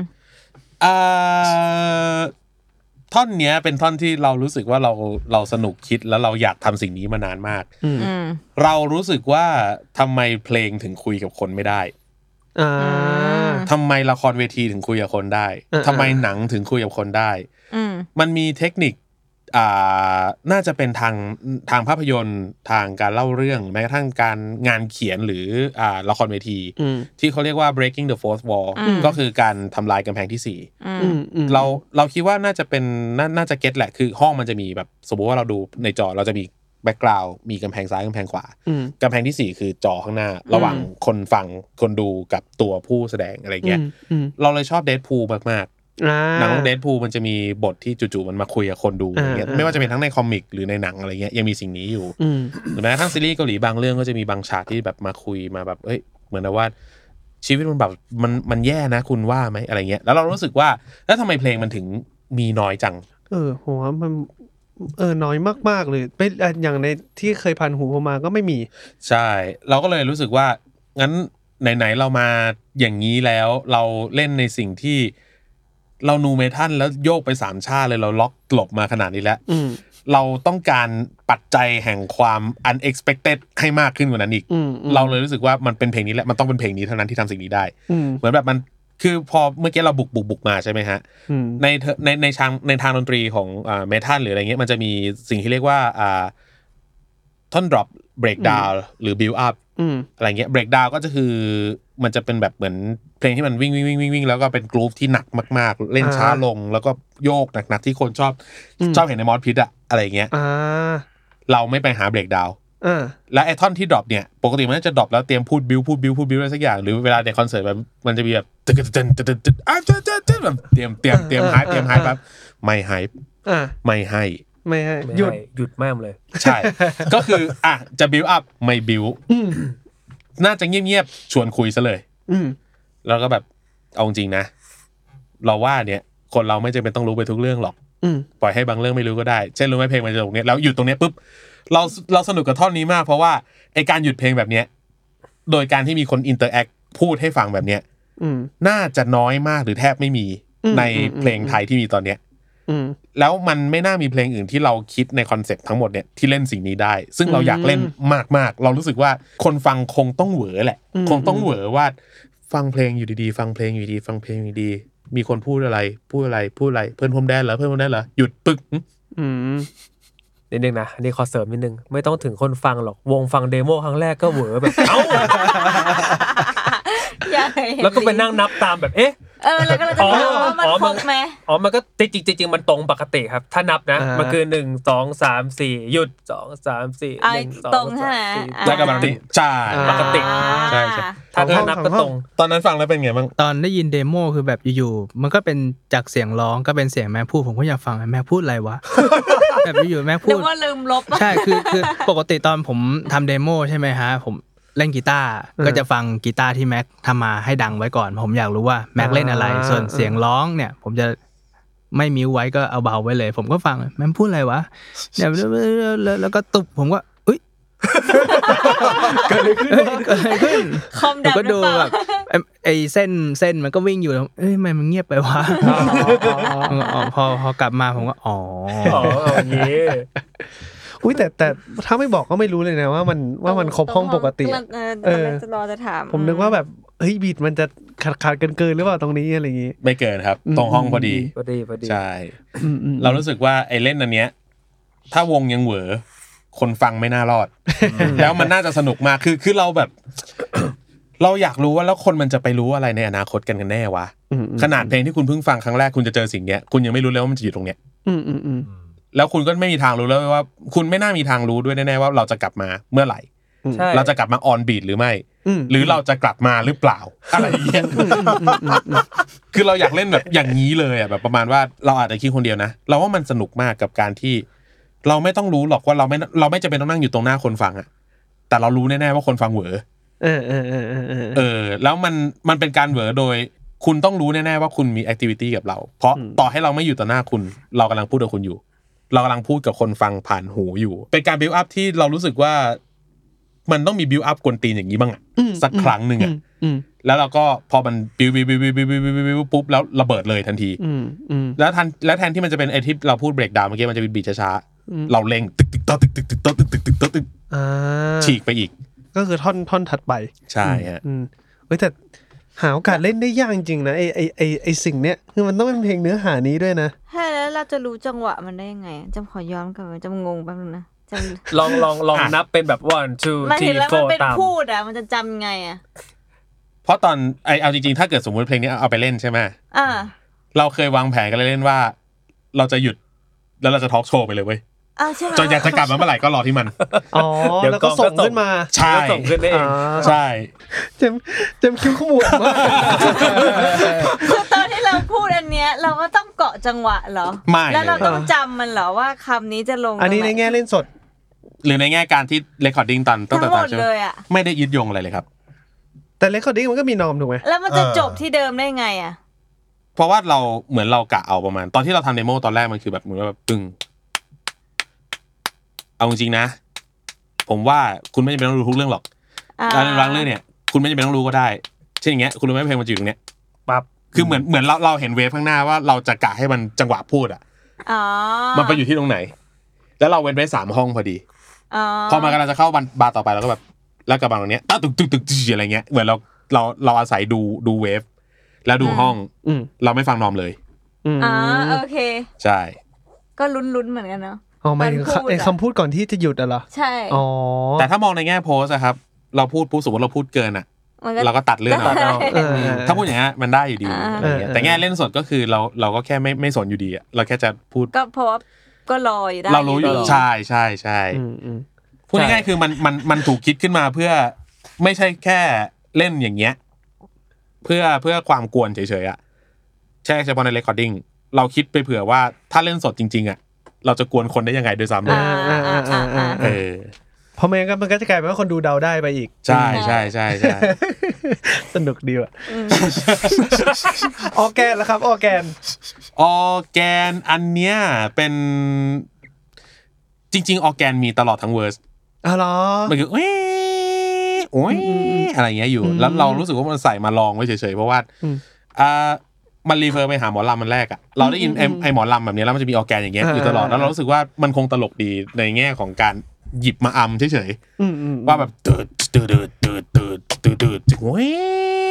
ท่อนเนี้ยเป็นท่อนที่เรารู้สึกว่าเราสนุกคิดแล้วเราอยากทำสิ่งนี้มานานมากเรารู้สึกว่าทำไมเพลงถึงคุยกับคนไม่ได้ทำไมละครเวทีถึงคุยกับคนได้ทำไมหนังถึงคุยกับคนได้มันมีเทคนิคน่าจะเป็นทางภาพยนตร์ทางการเล่าเรื่องแม้กระทั่งการงานเขียนหรือละครเวทีที่เขาเรียกว่า breaking the fourth wall ก็คือการทำลายกำแพงที่4เราคิดว่าน่าจะเป็นน่าจะเก็ตแหละคือห้องมันจะมีแบบสมมุติว่าเราดูในจอเราจะมีแบ็คกราวด์มีกำแพงซ้ายกำแพงขวากำแพงที่4คือจอข้างหน้าระหว่างคนฟังคนดูกับตัวผู้แสดงอะไรเงี้ยเราเลยชอบ Deadpool มากหนัง Deadpool มันจะมีบทที่จู่ๆมันมาคุยกับคนดูอย่างเงี้ยไม่ว่าจะเป็นทั้งในคอมิกหรือในหนังอะไรเงี้ยยังมีสิ่งนี้อยู่หรือแม้กระทั่งซีรีส์เกาหลีบางเรื่องก็จะมีบางฉากที่แบบมาคุยมาแบบเอ้ยเหมือนว่าชีวิตมันแบบมันแย่นะคุณว่าไหมอะไรเงี้ยแล้วเรารู้สึกว่าแล้วทำไมเพลงมันถึงมีน้อยจังผมว่ามันน้อยมากๆเลยไม่อย่างในที่เคยผ่านหูผมมาก็ไม่มีใช่เราก็เลยรู้สึกว่างั้นไหนๆเรามาอย่างนี้แล้วเราเล่นในสิ่งที่เรานูเมทัลแล้วโยกไป3ชาติเลยเราล็อกกลบมาขนาดนี้แล้วเราต้องการปัจจัยแห่งความ unexpected ให้มากขึ้นกว่านั้นอีกเราเลยรู้สึกว่ามันเป็นเพลงนี้แหละมันต้องเป็นเพลงนี้เท่านั้นที่ทำสิ่งนี้ได้เหมือนแบบมันคือพอเมื่อกี้เราบุกมาใช่ไหมฮะในทางดนตรีของเมทัลหรืออะไรเงี้ยมันจะมีสิ่งที่เรียกว่าท่อน drop break down หรือ build up อะไรเงี้ย break down ก็จะคือมันจะเป็นแบบเหมือนเพลงที่มันวิ่งแล้วก็เป็นกรูฟที่หนักมากๆเล่นช้าลงแล้วก็โยกหนักๆที่คนชอบเห็นในมอสพิทอะอะไรเงี้ยเราไม่ไปหา break down และไอ้ท่อนที่ drop เนี่ยปกติมันจะ drop แล้วเตรียมพูด build อะไรสักอย่างหรือเวลาในคอนเสิร์ตแบบมันจะมีแบบแบบเตรียมไฮแบบไม่ไฮหยุดแม่มเลยใช่ก็คือจะ build up ไม่ build น่าจะเงียบๆชวนคุยซะเลยแล้วก็แบบเอาจริงนะเราว่าเนี่ยคนเราไม่จำเป็นต้องรู้ไปทุกเรื่องหรอกปล่อยให้บางเรื่องไม่รู้ก็ได้เช่นรู้ไหมเพลงมันจะตรงนี้แล้วหยุดตรงนี้ปุ๊บเราสนุกกับท่อนนี้มากเพราะว่าไอการหยุดเพลงแบบเนี้ยโดยการที่มีคนอินเตอร์แอคพูดให้ฟังแบบเนี้ยน่าจะน้อยมากหรือแทบไม่มีในเพลงไทยที่มีตอนเนี้ยแล้วมันไม่น่ามีเพลงอื่นที่เราคิดในคอนเซ็ปต์ทั้งหมดเนี่ยที่เล่นสิ่งนี้ได้ซึ่งเราอยากเล่นมากๆเรารู้สึกว่าคนฟังคงต้องเหวอแหละคงต้องเหวอว่าฟังเพลงอยู่ดีๆฟังเพลงอยู่ดีฟังเพลงอยู่ดีมีคนพูดอะไรเพื่อนพรมแดนเหรอหยุดปึ๊กนิดนึงนะอันนี้ขอเสริมนิดนึงไม่ต้องถึงคนฟังหรอกวงฟังเดโมครั้งแรกก็เหวอแบบเอ้าแล้วก็ไปนั่งนับตามแบบแล้วก็เราจะถามว่ามันครบไหมมันก็จริงมันตรงปกติครับถ้านับนะมันคือ1 2 3 4หยุด2 3 4 1 2 ตรงใช่ไหมแล้วก็ปกติใช่ปกติใช่ถ้านับก็ตรงตอนนั้นฟังแล้วเป็นไงบ้างตอนได้ยินเดโมคือแบบอยู่ๆมันก็เป็นจากเสียงร้องก็เป็นเสียงแม่พูดผมก็อยากฟังแม่พูดอะไรวะแบบอยู่ๆแม่พูดว่าลืมลบใช่คือปกติตอนผมทำเดโมใช่ไหมฮะผมเล่นกีตาร์ก็จะฟังกีตาร์ที่แม็กทำมาให้ดังไว้ก่อนผมอยากรู้ว่าแม็กเล่นอะไรส่วนเสียงร้องเนี่ยผมจะไม่มิวไว้ก็เอาเบาไว้เลยผมก็ฟังแม่พูดอะไรวะเนี่ยแล้วก็ตุบผมก็เอ้ยเกิดอะไรขึ้นผมก็ดูแบบไอ้เส้นมันก็วิ่งอยู่เอ้ยมันเงียบไปวะพอกลับมาผมก็อย่างงี้อุ้ยแต่ถ้าไม่บอกก็ไม่รู้เลยนะว่ามันครบห้องปกติจะรอจะถามผมนึกว่าแบบเฮ้ยบีทมันจะขาดเกินหรือเปล่าตรงนี้อะไรอย่างงี้ไม่เกินครับตรงห้องพอดีใช่เรารู้สึกว่าไอ้เล่นอันเนี้ยถ้าวงยังเหวอคนฟังไม่น่ารอดแล้วมันน่าจะสนุกมากคือเราแบบเราอยากรู้ว่าแล้วคนมันจะไปรู้อะไรในอนาคตกันแน่วะขนาดเพลงที่คุณเพิ่งฟังครั้งแรกคุณจะเจอสิ่งเนี้ยคุณยังไม่รู้เลยว่ามันจะอยู่ตรงเนี้ยแล้วคุณก็ไม่มีทางรู้เลยว่าคุณไม่น่ามีทางรู้ด้วยแน่ๆว่าเราจะกลับมาเมื่อไหร่เราจะกลับมาออนบีทหรือไม่หรือเราจะกลับมาหรือเปล่าอะไรอย่างเงี้ยคือเราอยากเล่นแบบอย่างนี้เลยอ่ะแบบประมาณว่าเราอาจจะคิดคนเดียวนะเราว่ามันสนุกมากกับการที่เราไม่ต้องรู้หรอกว่าเราไม่จำเป็นต้องนั่งอยู่ตรงหน้าคนฟังอ่ะแต่เรารู้แน่ๆว่าคนฟังเหวอแล้วมันเป็นการเหวอโดยคุณต้องรู้แน่ๆว่าคุณมีแอคทิวิตี้กับเราเพราะต่อให้เราไม่อยู่ต่อหน้าคุณเรากำลังพูดกับคุณอยู่เรากำลังพูดกับคนฟังผ่านหูอยู่เป็นการบิวอัพที่เรารู้สึกว่ามันต้องมีบิวอัพกวนตีนอย่างนี้บ้างสักครั้งนึงอ่ะแล้วเราก็พอมันบิวปุ๊บแล้วระเบิดเลยทันทีแล้วแทนที่มันจะเป็นไอ้ที่เราพูดเบรกดาวน์เมื่อกี้มันจะเป็นบีทช้าๆเราเร่งตึกฉีกไปอีกก็คือท่อนถัดไปใช่ฮะเฮ้ยแต่หาโอกาสเล่นได้ยากจริงๆนะไอสิ่งเนี้ยคือมันต้องเป็นเพลงเนื้อหานี้ด้วยนะใช่แล้วเราจะรู้จังหวะมันได้ยังไงจำขอย้อนกลับไปจำงงแป๊บนึงนะลองนับเป็นแบบ 1 2 3 4 ตามพูดอ่ะมันจะจำไงอ่ะเพราะตอนเอาจริงๆถ้าเกิดสมมุติเพลงนี้เอาไปเล่นใช่ไหมเราเคยวางแผนกันเล่นว่าเราจะหยุดแล้วเราจะทอล์กโชว์ไปเลยเว้ยจนอยากจะกลับมาเมื่อไหร่ก็รอที่มันแล้วก็ส่งขึ้นมาใช่ส่งขึ้นได้เองใช่จำคิวขมวดมากคือตอนที่เราพูดอันเนี้ยเราก็ต้องเกาะจังหวะเหรอแล้วเราต้องจำมันเหรอว่าคำนี้จะลงอันนี้ในแง่เล่นสดหรือในแง่การที่เรคคอร์ดดิ้งตอนใช่ไหมไม่ได้ยึดโยงอะไรเลยครับแต่เรคคอร์ดดิ้งมันก็มีนอร์มถูกไหมแล้วมันจะจบที่เดิมได้ไงอ่ะเพราะว่าเราเหมือนเรากะเอาประมาณตอนที่เราทำเดโมตอนแรกมันคือแบบเหมือนแบบตึงเอาจริงๆนะผมว่าคุณไม่จำเป็นต้องรู้ทุกเรื่องหรอกการบางเรื่องเนี่ยคุณไม่จำเป็นต้องรู้ก็ได้เช่นอย่างเงี้ยคุณรู้ไหมเพลงมันอยู่ตรงเนี้ยปั๊บคือเหมือนเราเห็นเวฟข้างหน้าว่าเราจะกะให้มันจังหวะพูดอ่ะมันไปอยู่ที่ตรงไหนแล้วเราเว้นไว้3ห้องพอดีพอมันกำลังจะเข้าบาร์ต่อไปเราก็แบบแล้วกับบาร์ตรงเนี้ยตึกอะไรเงี้ยเหมือนเราอาศัยดูเวฟแล้วดูห้องเราไม่ฟังนอมเลยโอเคใช่ก็ลุ้นๆเหมือนกันเนาะอ๋อหมายถึงคำพูดก่อนที่จะหยุดเหรอใช่อ๋อแต่ถ้ามองในแง่โพสอะครับเราพูดปุ๊บสมมติเราพูดเกินอะเราก็ตัดเรื่องเอาถ้าพูดอย่างเงี้ยมันได้อยู่ดีอะไรเงี้ยแต่แง่เล่นสดก็คือเราก็แค่ไม่สนอยู่ดีอะเราแค่จะพูดก็เพราะว่าก็รออยู่ได้เรารู้อยู่ใช่พูดง่ายๆคือมันถูกคิดขึ้นมาเพื่อไม่ใช่แค่เล่นอย่างเงี้ยเพื่อความกวนเฉยๆอะใช่เฉพาะในเรคคอร์ดิ้งเราคิดไปเผื่อว่าถ้าเล่นสดจริงๆอะเราจะกวนคนได้ยังไงด้วยซ้ำเลยเพราะไม่งั้นมันก็จะกลายเป็นว่าคนดูเดาได้ไปอีกใช่สนุกดีว่ะออร์แกนแล้วครับออร์แกนอันเนี้ยเป็นจริงๆออร์แกนมีตลอดทั้งเวอร์สเหรอมันคือโอ้ยอะไรเงี้ยอยู่แล้วเรารู้สึกว่ามันใส่มาลองไว้เฉยๆเพราะว่ามันรีเฟอร์ไปหาหมอลำมันแรกอ่ะเราได้ยินไอหมอลำแบบนี้แล้วมันจะมีออร์แกนอย่างเงี้ยอยู่ตลอดแล้วเรารู้สึกว่ามันคงตลกดีในแง่ของการหยิบมาเฉยๆว่าแบบตืดโอ้ย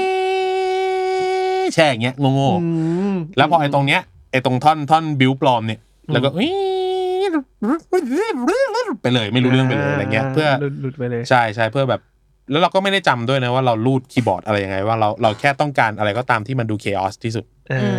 แช่อย่างเงี้ยโง่ๆแล้วพอไอตรงเนี้ยไอตรงท่อนบิวปลอมเนี่ยแล้วก็ไปเลยไม่รู้เรื่องไปเลยอะไรเงี้ยเพื่อหลุดไปเลยใช่เพื่อแบบแล้วเราก็ไม่ได้จำด้วยนะว่าเราลูดคีย์บอร์ดอะไรยังไงว่าเราแค่ต้องการอะไรก็ตามที่มันดูเคออสที่สุด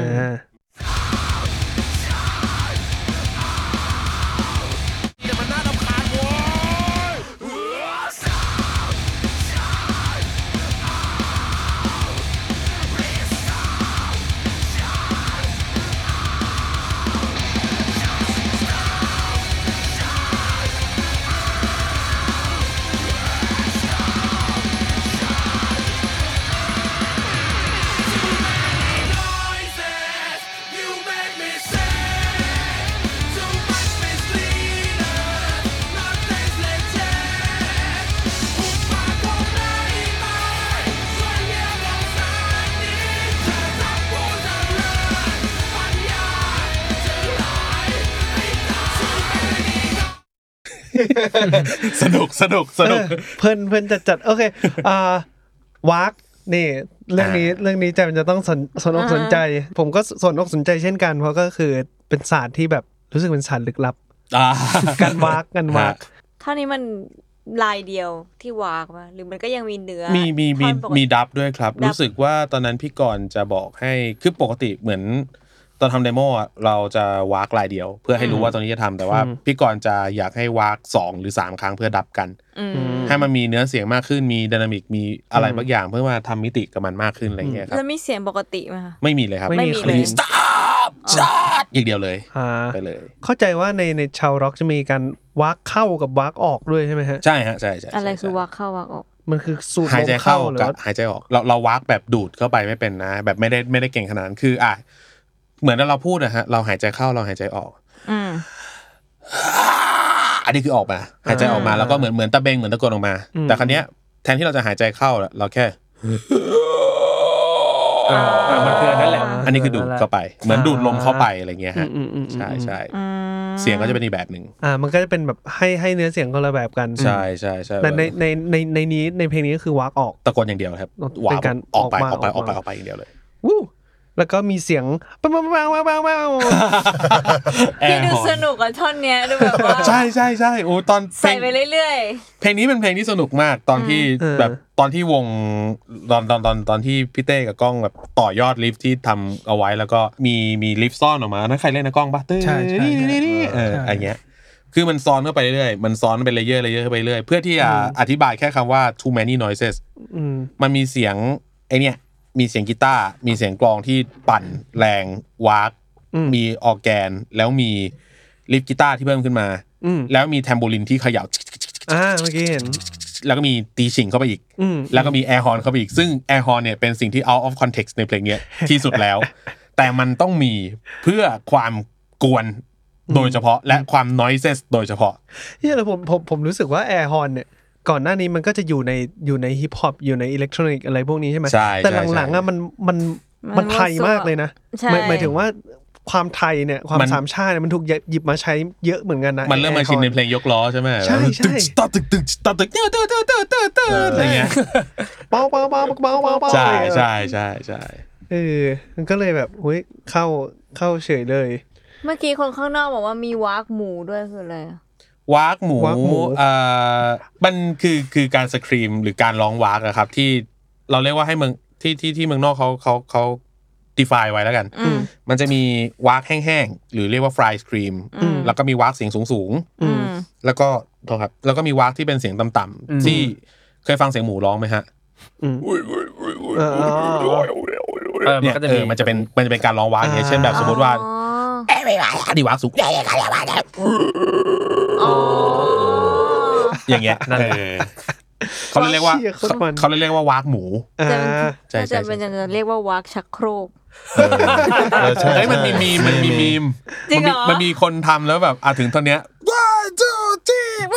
สนุกเพิ่นจัดโอเควากนี่เรื่องนี้จะต้องสนอกสนใจผมก็สนอกสนใจเช่นกันเพราะก็คือเป็นศาสตร์ที่แบบรู้สึกเป็นศาสตร์ลึกลับการวากเท่านี้มันลายเดียวที่วากป่ะหรือมันก็ยังมีเนื้อมีดับด้วยครับรู้สึกว่าตอนนั้นพี่กรณ์จะบอกให้คือปกติเหมือนตอนทำเดโมอ่ะเราจะวากลายเดียวเพื่อให้รู้ว่าตอนนี้จะทำแต่ว่าพี่กรณ์จะอยากให้วาก2หรือ3ครั้งเพื่อดับกันให้มันมีเนื้อเสียงมากขึ้นมีไดนามิกมีอะไรบางอย่างเพื่อมาทำมิติกับมันมากขึ้นอะไรเงี้ยครับแล้วมีเสียงปกติไหมคะไม่มีเลยครับไม่มีเลย stop อย่างเดียวเลยไปเลยเข้าใจว่าในชาวร็อกจะมีการวากเข้ากับวากออกด้วยใช่ไหมฮะใช่ฮะใช่อะไรคือวากเข้าวากออกมันคือสูดหายใจเข้ากับหายใจออกเราวากแบบดูดเข้าไปไม่เป็นนะแบบไม่ได้เก่งขนาดนั้นคือเหมือนเราพูดนะฮะเราหายใจเข้าเราหายใจออกอันนี้คือออกมาหายใจออกมาแล้วก็เหมือนตะเบงเหมือนตะโกนออกมาแต่ครั้งเนี้ยแทนที่เราจะหายใจเข้าเราแค่มันคือนั่นแหละอันนี้คือดูดเข้าไปเหมือนดูดลมเข้าไปอะไรเงี้ยฮะใช่เสียงก็จะเป็นอีกแบบนึงมันก็จะเป็นแบบให้เนื้อเสียงคนละแบบกันใช่แต่ในนี้ในเพลงนี้ก็คือวากออกตะโกนอย่างเดียวครับวากออกไปอย่างเดียวเลยแล้วก็มีเสียงปังพี่ดูสนุกกับท่อนเนี้ยดูแบบว่าใช่โอ้ตอนใส่ไปเรื่อยๆเพลงนี้เป็นเพลงที่สนุกมากตอนที่แบบตอนที่วงตอนที่พี่เต้กับก้องแบบต่อยอดลิฟที่ทำเอาไว้แล้วก็มีลิฟซ่อนออกมานั่นใครเล่นนะก้องป่ะใช่นี่อะไรเงี้ยคือมันซ้อนเข้าไปเรื่อยมันซ้อนเป็นเลเยอร์เข้าไปเรื่อยเพื่อที่จะอธิบายแค่คำว่า too many noises มันมีเสียงไอเนี้ยมีเสียงกีตาร์มีเสียงกลองที่ปั่นแรงวากมีออร์แกนแล้วมีลิฟกีตาร์ที่เพิ่มขึ้นมาแล้วมีแทมโบลินที่เขย่าเมื่อกี้เห็นแล้วก็มีตีฉิงเข้าไปอีกแล้วก็มีแอร์ฮอร์นเข้าไปอีกซึ่งแอร์ฮอร์นเนี่ยเป็นสิ่งที่ out of context ในเพลงนี้ที่สุดแล้วแต่มันต้องมีเพื่อความกวนโดยเฉพาะและความ noises โดยเฉพาะเนี่ยแล้วผมรู้สึกว่าแอร์ฮอร์นเนี่ยก่อนหน้านี้มันก็จะอยู่ในฮิปฮอปอยู่ในอิเล็กทรอนิกส์อะไรพวกนี้ใช่ไหมแต่หลังๆอ่ะมันไทยมากเลยนะหมายถึงว่าความไทยเนี่ยความสามชาติเนี่ยมันถูกหยิบมาใช้เยอะเหมือนกันนะมันเริ่มมาชินในเพลงยกล้อใช่ไหมใช่ตึกตึกตึกตึกอะไรเงี้ยเบาใช่ใช่ใช่ใช่มันก็เลยแบบเฮ้ยเข้าเฉยเลยเมื่อกี้คนข้างนอกบอกว่ามีวากหมูด้วยคืออะไรวากหมูมันคือการสครีมหรือการร้องวากอะครับที่เราเรียกว่าให้เมืองที่เมืองนอกเขาdefine ไว้แล้วกันมันจะมีวากแห้งๆหรือเรียกว่า fry scream แล้วก็มีวากเสียงสูงๆแล้วก็โทษครับแล้วก็มีวากที่เป็นเสียงต่ำๆที่เคยฟังเสียงหมูร้องไหมฮะเนี่ยมันจะเป็นการร้องวากอย่างเงี้ยเช่นแบบสมมติว่าดีวากสูงอย่างเงี้ยนั่นเขาเรียกว่าวากหมูใช่ๆเป็นจะเรียกว่าวากชักโครกใช่มันมีมีมมันมีคนทำแล้วแบบถึงตอนเนี้ย 1 2 3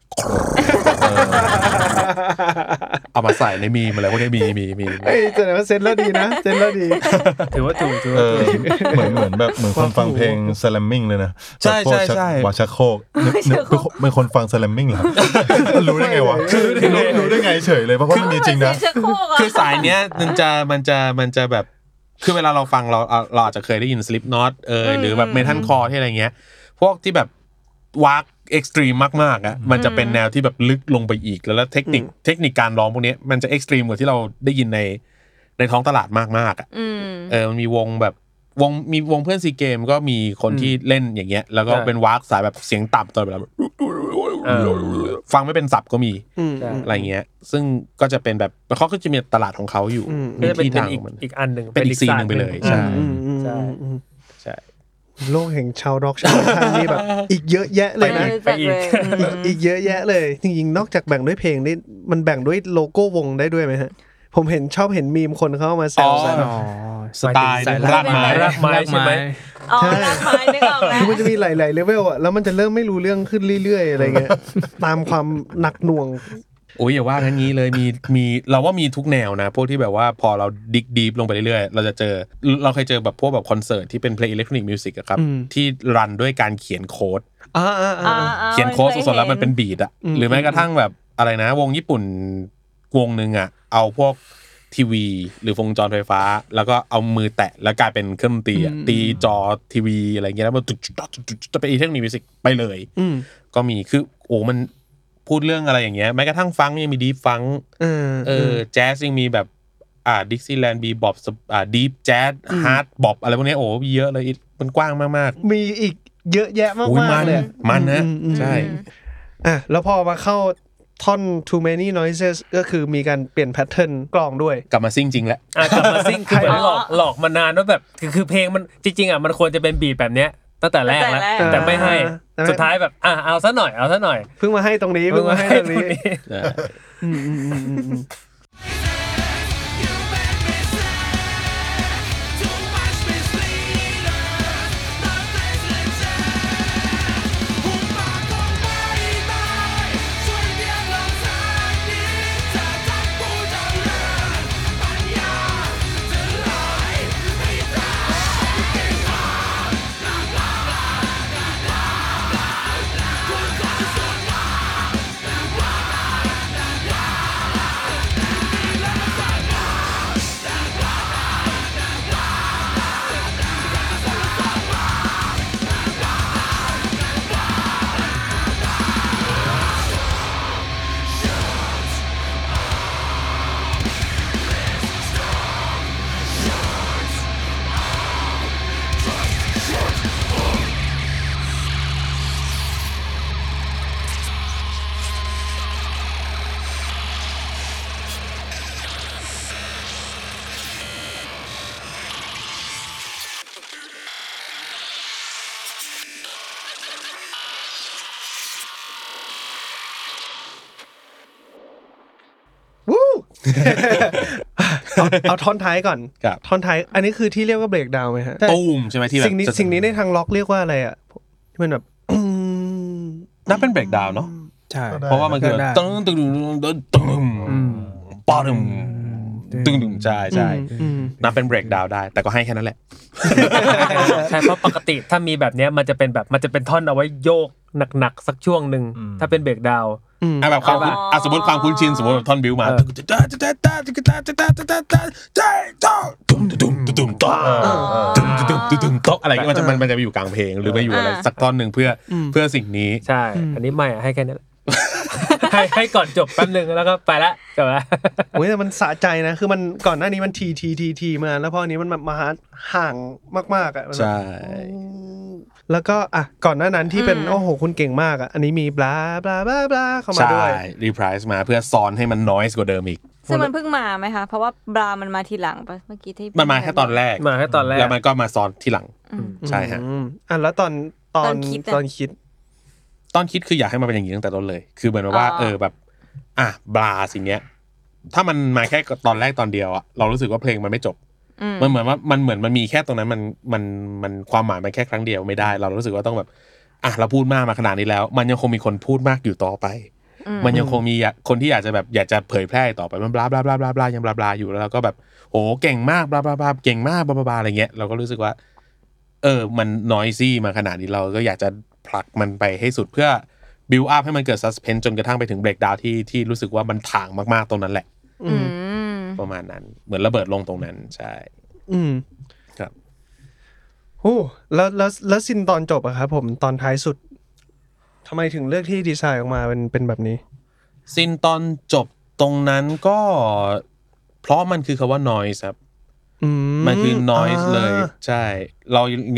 เอามาใส่ในมีมอะไรพวกนี้มีแสดงว่าเซนแล้วดีนะเซนแล้วดีถือว่าถูกเหมือนแบบเหมือนคนฟังเพลงสแลมมิ่งเลยนะใช่วาชักโคกเป็นคนฟังสแลมมิ่งเหรอรู้ได้ไงวะรู้ได้ไงเฉยเลยเพราะมันมีจริงนะคือสายเนี้ยมันจะแบบคือเวลาเราฟังเราอาจจะเคยได้ยิน Slipknot หรือแบบ Metalcore ที่อะไรเงี้ยพวกที่แบบวากเอ็กซ์ตรีมมากๆอ่ะมันจะเป็นแนวที่แบบลึกลงไปอีกแล้วเทคนิคการร้องพวกนี้มันจะเอ็กซ์ตรีมกว่าที่เราได้ยินในท้องตลาดมากๆอ่ะมันมีวงแบบมีวงเพื่อนซีเกมก็มีคนที่เล่นอย่างเงี้ยแล้วก็เป็นวากสายแบบเสียงต่ำตลอดเวลาฟังไม่เป็นศัพท์ก็มีอะไรเงี้ยซึ่งก็จะเป็นแบบเขาก็จะมีตลาดของเขาอยู่มีที่ทางอีกอันนึงเป็นอีกซีนนึงไปเลยใช่ใช่โลกแห่งชาวร็อกชาวไทยนี่แบบอีกเยอะแยะเลยนะอีกเยอะแยะเลยจริงๆนอกจากแบ่งด้วยเพลงนี่มันแบ่งด้วยโลโก้วงได้ด้วยไหมฮะผมชอบเห็นมีมคนเข้ามาแซวสไตล์รากไม้ใช่ไหมใช่รากไม้นึกออกแล้วมันจะมีหลายๆเลเวลอ่ะแล้วมันจะเริ่มไม่รู้เรื่องขึ้นเรื่อยๆอะไรเงี้ยตามความหนักหน่วงโอ้ยอย่าว่างั้นงี้เลยมีเราว่ามีทุกแนวนะพวกที่แบบว่าพอเราดิกดีฟลงไปเรื่อยๆเราเคยเจอแบบพวกแบบคอนเสิร์ตที่เป็นเพลงอิเล็กทรอนิกส์มิวสิกอะครับที่รันด้วยการเขียนโค้ดเขียนโค้ดสดๆแล้วมันเป็นบีทอะหรือแม้กระทั่งแบบอะไรนะวงญี่ปุ่นวงนึงอะเอาพวกทีวีหรือวงจรไฟฟ้าแล้วก็เอามือแตะแล้วกลายเป็นเครื่องดนตรีตีจอทีวีอะไรเงี้ยแล้วมันจะเป็นอิเล็กทรอนิกส์มิวสิกไปเลยก็มีคือโอ้มันพูดเรื่องอะไรอย่างเงี้ยแม้กระทั่งฟังยังมีดีฟฟังแจ๊สยังมีแบบดิกซี่แลนด์บีบอปดีฟแจ๊สฮาร์ดบอปอะไรพวกนี้โอ้เยอะเลยมันกว้างมากๆมีอีกเยอะแยะมากๆเลยมันนะใช่แล้วพอมาเข้าท่อน too many noises ก็คือมีการเปลี่ยนแพทเทิร์นกลองด้วยกลับมาซิ่งจริงแล้วกลับมาซิ่งคือเหมือนหลอกมานานว่าแบบคือเพลงมันจริงๆมันควรจะเป็นบีทแบบเนี้ยตั้งแต่แรกแล้วแต่ไม่ให้สุดท้ายแบบเอาซะหน่อยเพิ่งมาให้ตรงนี้เอาท่อนท้ายก่อนครับท่อนท้ายอันนี้คือที่เรียกว่าเบรกดาวน์ไหมฮะตูมใช่ไหมที่แบบสิ่งนี้ในทางล็อกเรียกว่าอะไรอ่ะที่มันแบบนับเป็นเบรกดาวน์เนาะใช่เพราะว่ามันคือตึ้งตึ้งตึ้งตึ้งปอดึงตึ้งตึ้งใช่ใช่นับเป็นเบรกดาวน์ได้แต่ก็ให้แค่นั้นแหละใช่เพราะปกติถ้ามีแบบเนี้ยมันจะเป็นท่อนเอาไว้โยกหนักๆสักช่วงนึงถ้าเป็นเบรกดาวน์แบบความสมมติความคุ้นชินสมมติท่อนบิวมาอะไรก็มันจะไปอยู่กลางเพลงหรือไปอยู่อะไรสักท่อนหนึ่งเพื่อสิ่งนี้ใช่อันนี้ไม่ให้แค่นี้แหละให้ก่อนจบแป๊บนึงแล้วก็ไปละจบละโอ้ยแต่มันสะใจนะคือมันก่อนหน้านี้มันทีมาแล้วพออันนี้มันมาห่างมากๆอ่ะใช่แล้วก็อ่ะก่อนหน้านั้นที่เป็นโอ้โหคุณเก่งมากอ่ะอันนี้มีบลาบลาบลาบลาเข้ามาด้วยใช่รีไพรซ์มาเพื่อซ้อนให้มันน้อยกว่าเดิมอีกซึ่งมันเพิ่งมาไหมคะเพราะว่าบรามันมาทีหลังปะเมื่อกี้ที่มันมาแค่ตอนแรกแล้วมันก็มาซ้อนทีหลังใช่ฮะแล้วตอนคิดคืออยากให้มันเป็นอย่างนี้ตั้งแต่ต้นเลยคือเหมือนว่าแบบบลาสิ่งเนี้ยถ้ามันมาแค่ตอนแรกตอนเดียวอะเรารู้สึกว่าเพลงมันไม่จบมันเหมือนว่ามันมีแค่ตรงนั้นมันความหมายมันแค่ครั้งเดียวไม่ได้เรารู้สึกว่าต้องแบบเราพูดมากมาขนาดนี้แล้วมันยังคงมีคนพูดมากอยู่ต่อไปมันยังคงมีคนที่อยากจะเผยแพร่ต่อไปมันบลาบลาบลาบลาบลายังบลาบลาอยู่แล้วเราก็แบบโอ้เก่งมากบลาบลาบลาเก่งมากบลาบลาอะไรเงี้ยเราก็รู้สึกว่ามันนอยซี่มาขนาดนี้เราก็อยากจะผลักมันไปให้สุดเพื่อบิวอัพให้มันเกิดซัสเพนจนกระทั่งไปถึงเบรกดาวน์ที่รู้สึกว่ามันถ่างมากๆตรงนั้นแหละประมาณนั้นเหมือนระเบิดลงตรงนั้นใช่ครับโอ้แล้วซินตอนจบอะครับผมตอนท้ายสุดทำไมถึงเลือกที่ดีไซน์ออกมาเป็นแบบนี้ซินตอนจบตรงนั้นก็เพราะมันคือคำว่า noise ครับมันคือ noise เลยใช่เรา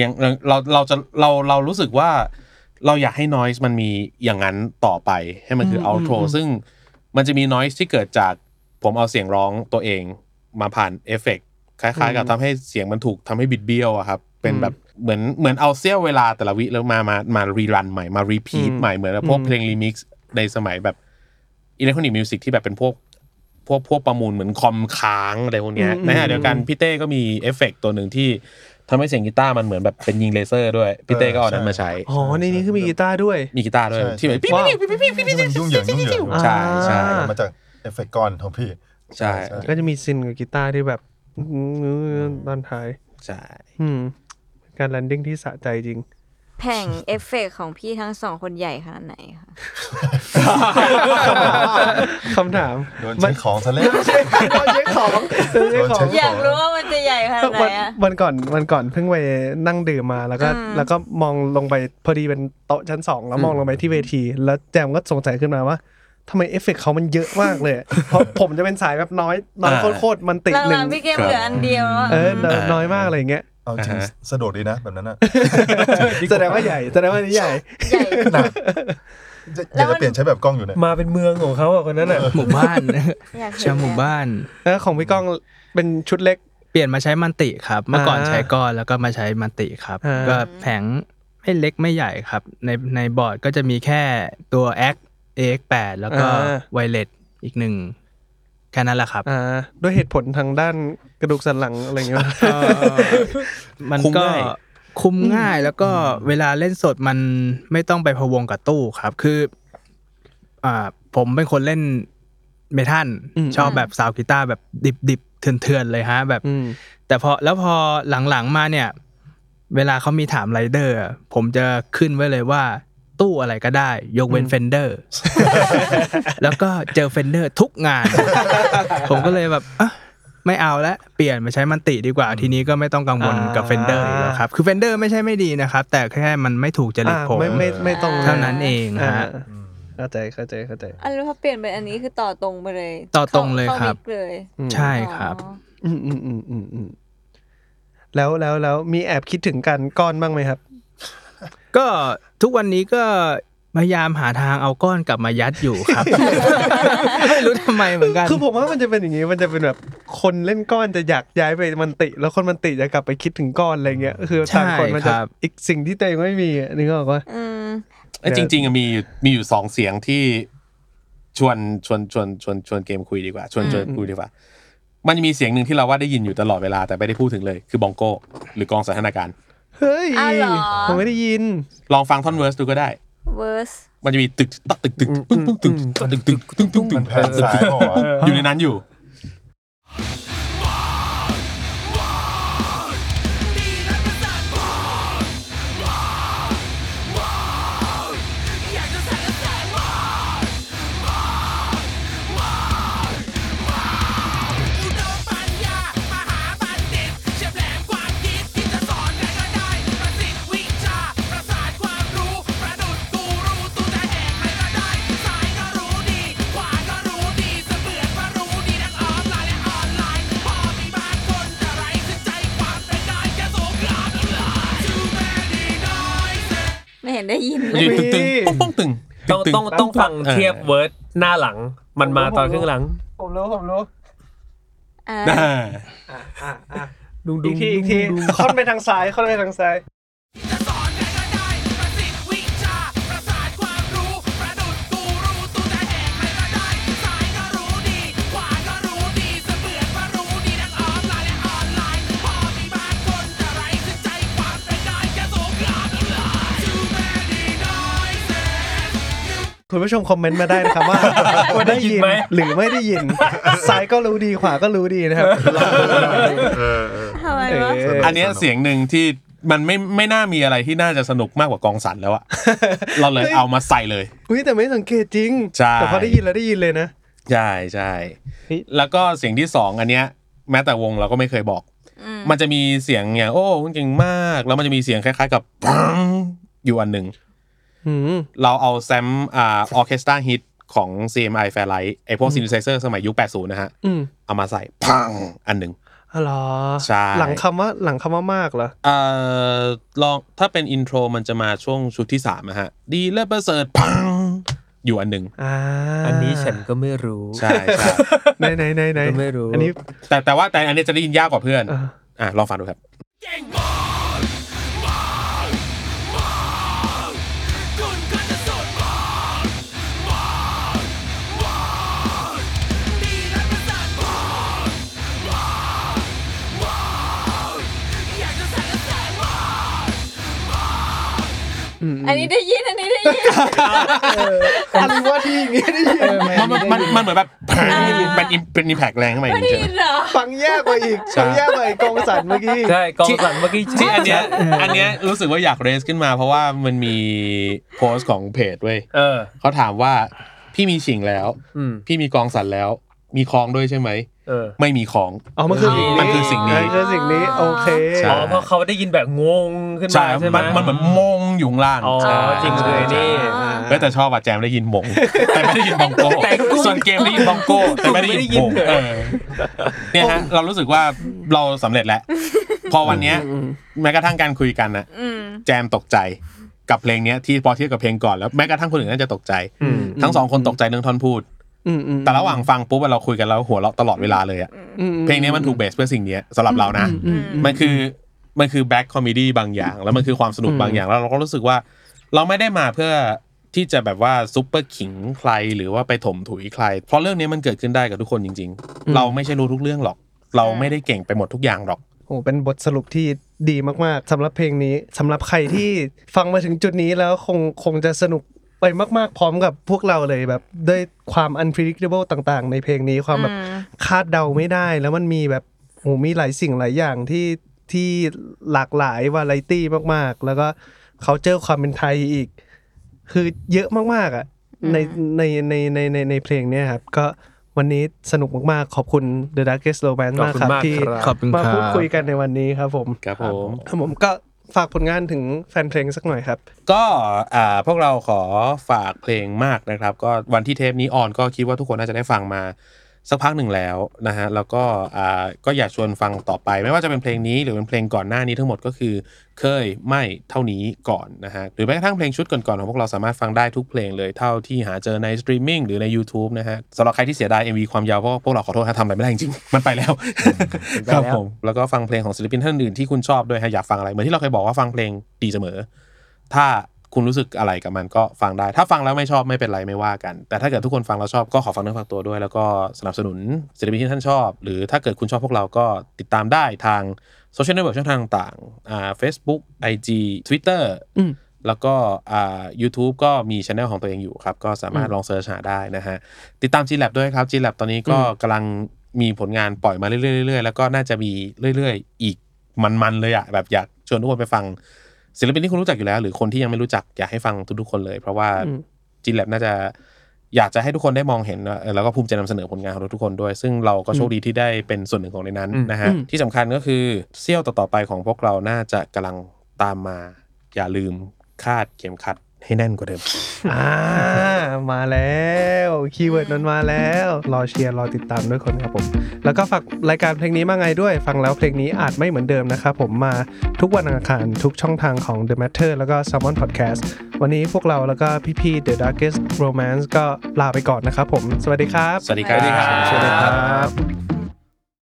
รู้สึกว่าเราอยากให้ noise มันมีอย่างนั้นต่อไปให้มันคือ outro ซึ่งมันจะมี noise ที่เกิดจากผมเอาเสียงร้องตัวเองมาผ่านเอฟเฟกต์คล้ายๆกับทำให้เสียงมันถูกทำให้บิดเบี้ยวอะครับเป็นแบบเหมือนเอาเสี้ยวเวลาแต่ละวิแล้วมารีรันใหม่มารีพีทใหม่เหมือนพวกเพลงรีมิกซ์ในสมัยแบบอิเล็กทรอนิกส์มิวสิกที่แบบเป็นพวกประมูลเหมือนคอมค้างอะไรพวกเนี้ยในขณะเดียวกันพี่เต้ก็มีเอฟเฟกต์ตัวนึงที่ทำให้เสียงกีตาร์มันเหมือนแบบเป็นยิงเลเซอร์ด้วยพี่เต้ก็เอานั้นมาใช้ในนี้คือมีกีตาร์ด้วยที่แบบที่มันยุ่งเหยิงใช่มาจากเอฟเฟกต์ก้อนของพี่ใช่ก็จะมีซินกับกีตาร์ที่แบบตอนท้ายใช่การแลนดิ้งที่สะใจจริงแผงเอฟเฟกของพี่ทั้งสองคนใหญ่ขนาดไหนคะคำถามโดนใช้ของซะแล้วโดนใช้ของอยากรู้ว่ามันจะใหญ่ขนาดไหนวันก่อนเพิ่งไปนั่งดื่มมาแล้วก็มองลงไปพอดีเป็นโต๊ะชั้น2แล้วมองลงไปที่เวทีแล้วแจมก็สงสัยขึ้นมาว่าทำไมเอฟเฟกต์เขามันเยอะมากเลยเพราะผมจะเป็นสายแบบน้อยโคตรมันติดหนึ่งพี่เกมเหลืออันเดียวน้อยมากอะไรอย่างเงี้ยเอาจริงสะดวกดีนะแบบนั้นนะแสดงว่าใหญ่แสดงว่านี่ใหญ่หนักอยากจะเปลี่ยนใช้แบบกล้องอยู่เนี่ยมาเป็นเมืองของเขาคนนั้นน่ะหมู่บ้านชาวหมู่บ้านแล้วของพี่ก้องเป็นชุดเล็กเปลี่ยนมาใช้มันติครับเมื่อก่อนใช้ก้อนแล้วก็มาใช้มันติครับก็แผงไม่เล็กไม่ใหญ่ครับในบอร์ดก็จะมีแค่ตัว AX8 แล้วก็ไวเลสอีก1แค่นั้นแหละครับด้วยเหตุผลทางด้านกระดูกสันหลังอะไรอย่างเงี้ยมันก็คุมง่ายแล้วก็เวลาเล่นสดมันไม่ต้องไปพะวงกับตู้ครับคือผมเป็นคนเล่นเมทัลชอบแบบซาวด์กีตาร์แบบดิบๆเถื่อนๆเลยฮะแบบแต่พอหลังๆมาเนี่ยเวลาเขามีถามไรเดอร์ผมจะขึ้นไว้เลยว่าตู้อะไรก็ได้ยกเว้น Fender แล้วก็เจอ Fender ทุกงาน ผมก็เลยแบบไม่เอาแล้วเปลี่ยนมาใช้มันติดีกว่าทีนี้ก็ไม่ต้องกังวลกับ Fender อีกแล้วครับคือ Fender ไม่ใช่ไม่ดีนะครับแต่แค่มันไม่ถูกจริตผมไม่ต้องเท่านั้นเองฮะเข้าใจแล้วพอเปลี่ยนเป็นอันนี้คือต่อตรงไปเลยต่อตรงเลยครับใช่ครับแล้วมีแอบคิดถึงกันก้อนบ้างไหมครับก็ทุกวันนี้ก็พยายามหาทางเอาก้อนกลับมายัดอยู่ครับไม่รู้ทำไมเหมือนกันคือผมว่ามันจะเป็นอย่างงี้มันจะเป็นแบบคนเล่นก้อนจะอยากย้ายไปมันติแล้วคนมันติจะกลับไปคิดถึงก้อนอะไรเงี้ยคือต่างคนมันจะอีกสิ่งที่ตัวเองไม่มีนึกออกป่ะจริงๆมีอยู่2เสียงที่ชวนเกมคุยดีกว่าชวนคุยดีกว่ามันจะมีเสียงหนึ่งที่เราว่าได้ยินอยู่ตลอดเวลาแต่ไม่ได้พูดถึงเลยคือบองโก้หรือกองสันทนาการเฮ้ยผมไม่ได้ยินลองฟังท่อนเวิร์สดูก็ได้เวิร์สมันจะมีตึกตักตึกตึกตึกตึกตึกตึกตึกตึกตึกตึกอยู่ในนั้นอยู่ไม่เห็นได้ยินเลอยู่ยตึกตึงป้องตึงต้องฟังเทียบเวิร์ดหน้าหลังมันมาตอนครึ่งหลังผมรู้อีกทีค่อนไปทางซ้ายคุณผู้ชมคอมเมนต์มาได้นะครับว่าได้ยินหรือไม่ได้ยินซ้ายก็รู้ดีขวาก็รู้ดีนะครับทำไมวะอันนี้เสียงหนึ่งที่มันไม่น่ามีอะไรที่น่าจะสนุกมากกว่ากองสันแล้วอะเราเลยเอามาใส่เลยแต่ไม่สังเกตจริงแต่พอได้ยินแล้วได้ยินเลยนะใช่แล้วก็เสียงที่สองอันเนี้ยแม้แต่วงเราก็ไม่เคยบอกมันจะมีเสียงอย่างโอ้เก่งมากแล้วมันจะมีเสียงคล้ายๆกับอยู่อันนึงเราเอาแซมออร์เคสตราฮิตของ CMI Fairlight ไอพวกซินธิไซเซอร์สมัยยุค80นะฮะเอามาใส่พังอันนึงเหรอใช่หลังคำว่ามากเหรอลองถ้าเป็นอินโทรมันจะมาช่วงชุดที่3นะฮะดีและประเสริฐพังอยู่อันนึงอันนี้ฉันก็ไม่รู้ใช่ไหนก็ไม่รู้อันนี้แต่อันนี้จะได้ยินยากกว่าเพื่อนลองฟังดูครับอันนี้ได้ยินอันนี้ว่าที่อย่างงี้ได้ยินมันเหมือนแบบเป็นอิมแพคแรงขึ้นมาจริงๆฟังยากกว่าอีกกองสันเมื่อกี้ใช่กองสันเมื่อกี้ที่อันเนี้ยรู้สึกว่าอยากเรสขึ้นมาเพราะว่ามันมีโพสต์ของเพจเว้ยเขาถามว่าพี่มีฉิงแล้วพี่มีกองสันแล้วมีคองด้วยใช่ไหมไม่มีของมันคือสิ่งนี้โอเคเพราะเขาได้ยินแบบงงขึ้นมาใช่ไหมมันเหมือนมงอยู่ล่างจริงเลยนี่แต่ชอบว่าแจมได้ยินมงแต่ไม่ได้ยินบองโก้ส่วนเกมได้ยินบองโก้แต่ไม่ได้ยินมงเนี่ยฮะเรารู้สึกว่าเราสำเร็จแล้วพอวันนี้แม้กระทั่งการคุยกันนะแจมตกใจกับเพลงนี้ที่พอเทียบกับเพลงก่อนแล้วแม้กระทั่งคนอื่นน่าจะตกใจทั้ง2คนตกใจเรื่องท่อนพูดแต่ระหว่างฟังปุ๊บเราคุยกันแล้วหัวเราะตลอดเวลาเลยอ่ะเพลงนี้มันถูกเบสเพื่อสิ่งนี้สำหรับเรานะมันคือแบ็คคอมเมดี้บางอย่างแล้วมันคือความสนุกบางอย่างแล้วเราก็รู้สึกว่าเราไม่ได้มาเพื่อที่จะแบบว่าซุปเปอร์ขิงใครหรือว่าไปถมถุยใครเพราะเรื่องนี้มันเกิดขึ้นได้กับทุกคนจริงๆเราไม่ใช่รู้ทุกเรื่องหรอกเราไม่ได้เก่งไปหมดทุกอย่างหรอกเป็นบทสรุปที่ดีมากๆสำหรับเพลงนี้สำหรับใครที่ฟังมาถึงจุดนี้แล้วคงจะสนุกไปมากๆพร้อมกับพวกเราเลยแบบด้วยความ unpredictable ต่างๆในเพลงนี้ความแบบคาดเดาไม่ได้แล้วมันมีแบบมีหลายสิ่งหลายอย่างที่หลากหลายวาไรตี้มากๆแล้วก็เขาเจอความเป็นไทยอีกคือเยอะมากๆอ่ะในเพลงนี้ครับก็วันนี้สนุกมากๆขอบคุณ The Darkest Romance มากครับที่มาพูดคุยกันในวันนี้ครับผมก็ฝากผลงานถึงแฟนเพลงสักหน่อยครับก็พวกเราขอฝากเพลงมากนะครับก็วันที่เทปนี้ออนก็คิดว่าทุกคนน่าจะได้ฟังมาสักพักหนึ่งแล้วนะฮะแล้วก็อยากชวนฟังต่อไปไม่ว่าจะเป็นเพลงนี้หรือเป็นเพลงก่อนหน้านี้ทั้งหมดก็คือเคยไม่เท่านี้ก่อนนะฮะหรือแม้กระทั่งเพลงชุดก่อนๆของพวกเราสามารถฟังได้ทุกเพลงเลยเท่าที่หาเจอในสตรีมมิ่งหรือใน YouTube นะฮะสำหรับใครที่เสียดาย MV ความยาวเพราะพวกเราขอโทษทำอะไรไม่ได้จริงๆมันไปแล้วครับผมแล้วก็ฟังเพลงของศิลปินท่านอื่นที่คุณชอบด้วยฮะอยากฟังอะไรเหมือนที่เราเคยบอกว่าฟังเพลงดีเสมอถ้าคุณรู้สึกอะไรกับมันก็ฟังได้ถ้าฟังแล้วไม่ชอบไม่เป็นไรไม่ว่ากันแต่ถ้าเกิดทุกคนฟังแล้วชอบก็ขอฟังเนื้อฟังตัวด้วยแล้วก็สนับสนุนศิลปินที่ท่านชอบหรือถ้าเกิดคุณชอบพวกเราก็ติดตามได้ทางโซเชียลเน็ตเวิร์กช่องทางต่างๆFacebook IG Twitter แล้วก็YouTube ก็มี channel ของตัวเองอยู่ครับก็สามารถลองเสิร์ชหาได้นะฮะติดตาม G-Lab ด้วยครับ G-Lab ตอนนี้ก็กำลังมีผลงานปล่อยมาเรื่อยๆแล้วก็น่าจะมีเรื่อยๆอีกมันๆเลยอ่ะแบบอยากชวนทุกคนไปฟังศิลปินที่คุณรู้จักอยู่แล้วหรือคนที่ยังไม่รู้จักอยากให้ฟังทุกๆคนเลยเพราะว่า G-Lab น่าจะอยากจะให้ทุกคนได้มองเห็นแล้วก็ภูมิใจนำเสนอผลงานของทุกคนด้วยซึ่งเราก็โชคดีที่ได้เป็นส่วนหนึ่งของในนั้นนะฮะที่สำคัญก็คือเซี่ยวต่อๆไปของพวกเราน่าจะกำลังตามมาอย่าลืมคาดเข็มขัดให้แน่นกว่าเดิมมาแล้วคีย์เวิร์ดนั้นมาแล้วรอเชียร์รอติดตามด้วยคนครับผมแล้วก็ฝากรายการเพลงนี้มาไงด้วยฟังแล้วเพลงนี้อาจไม่เหมือนเดิมนะครับผมมาทุกวันอังคารทุกช่องทางของ The Matter แล้วก็ Salmon Podcast วันนี้พวกเราแล้วก็พี่ๆ The Darkest Romance ก็ลาไปก่อนนะครับผมสวัสดีครับสวัสดีครับ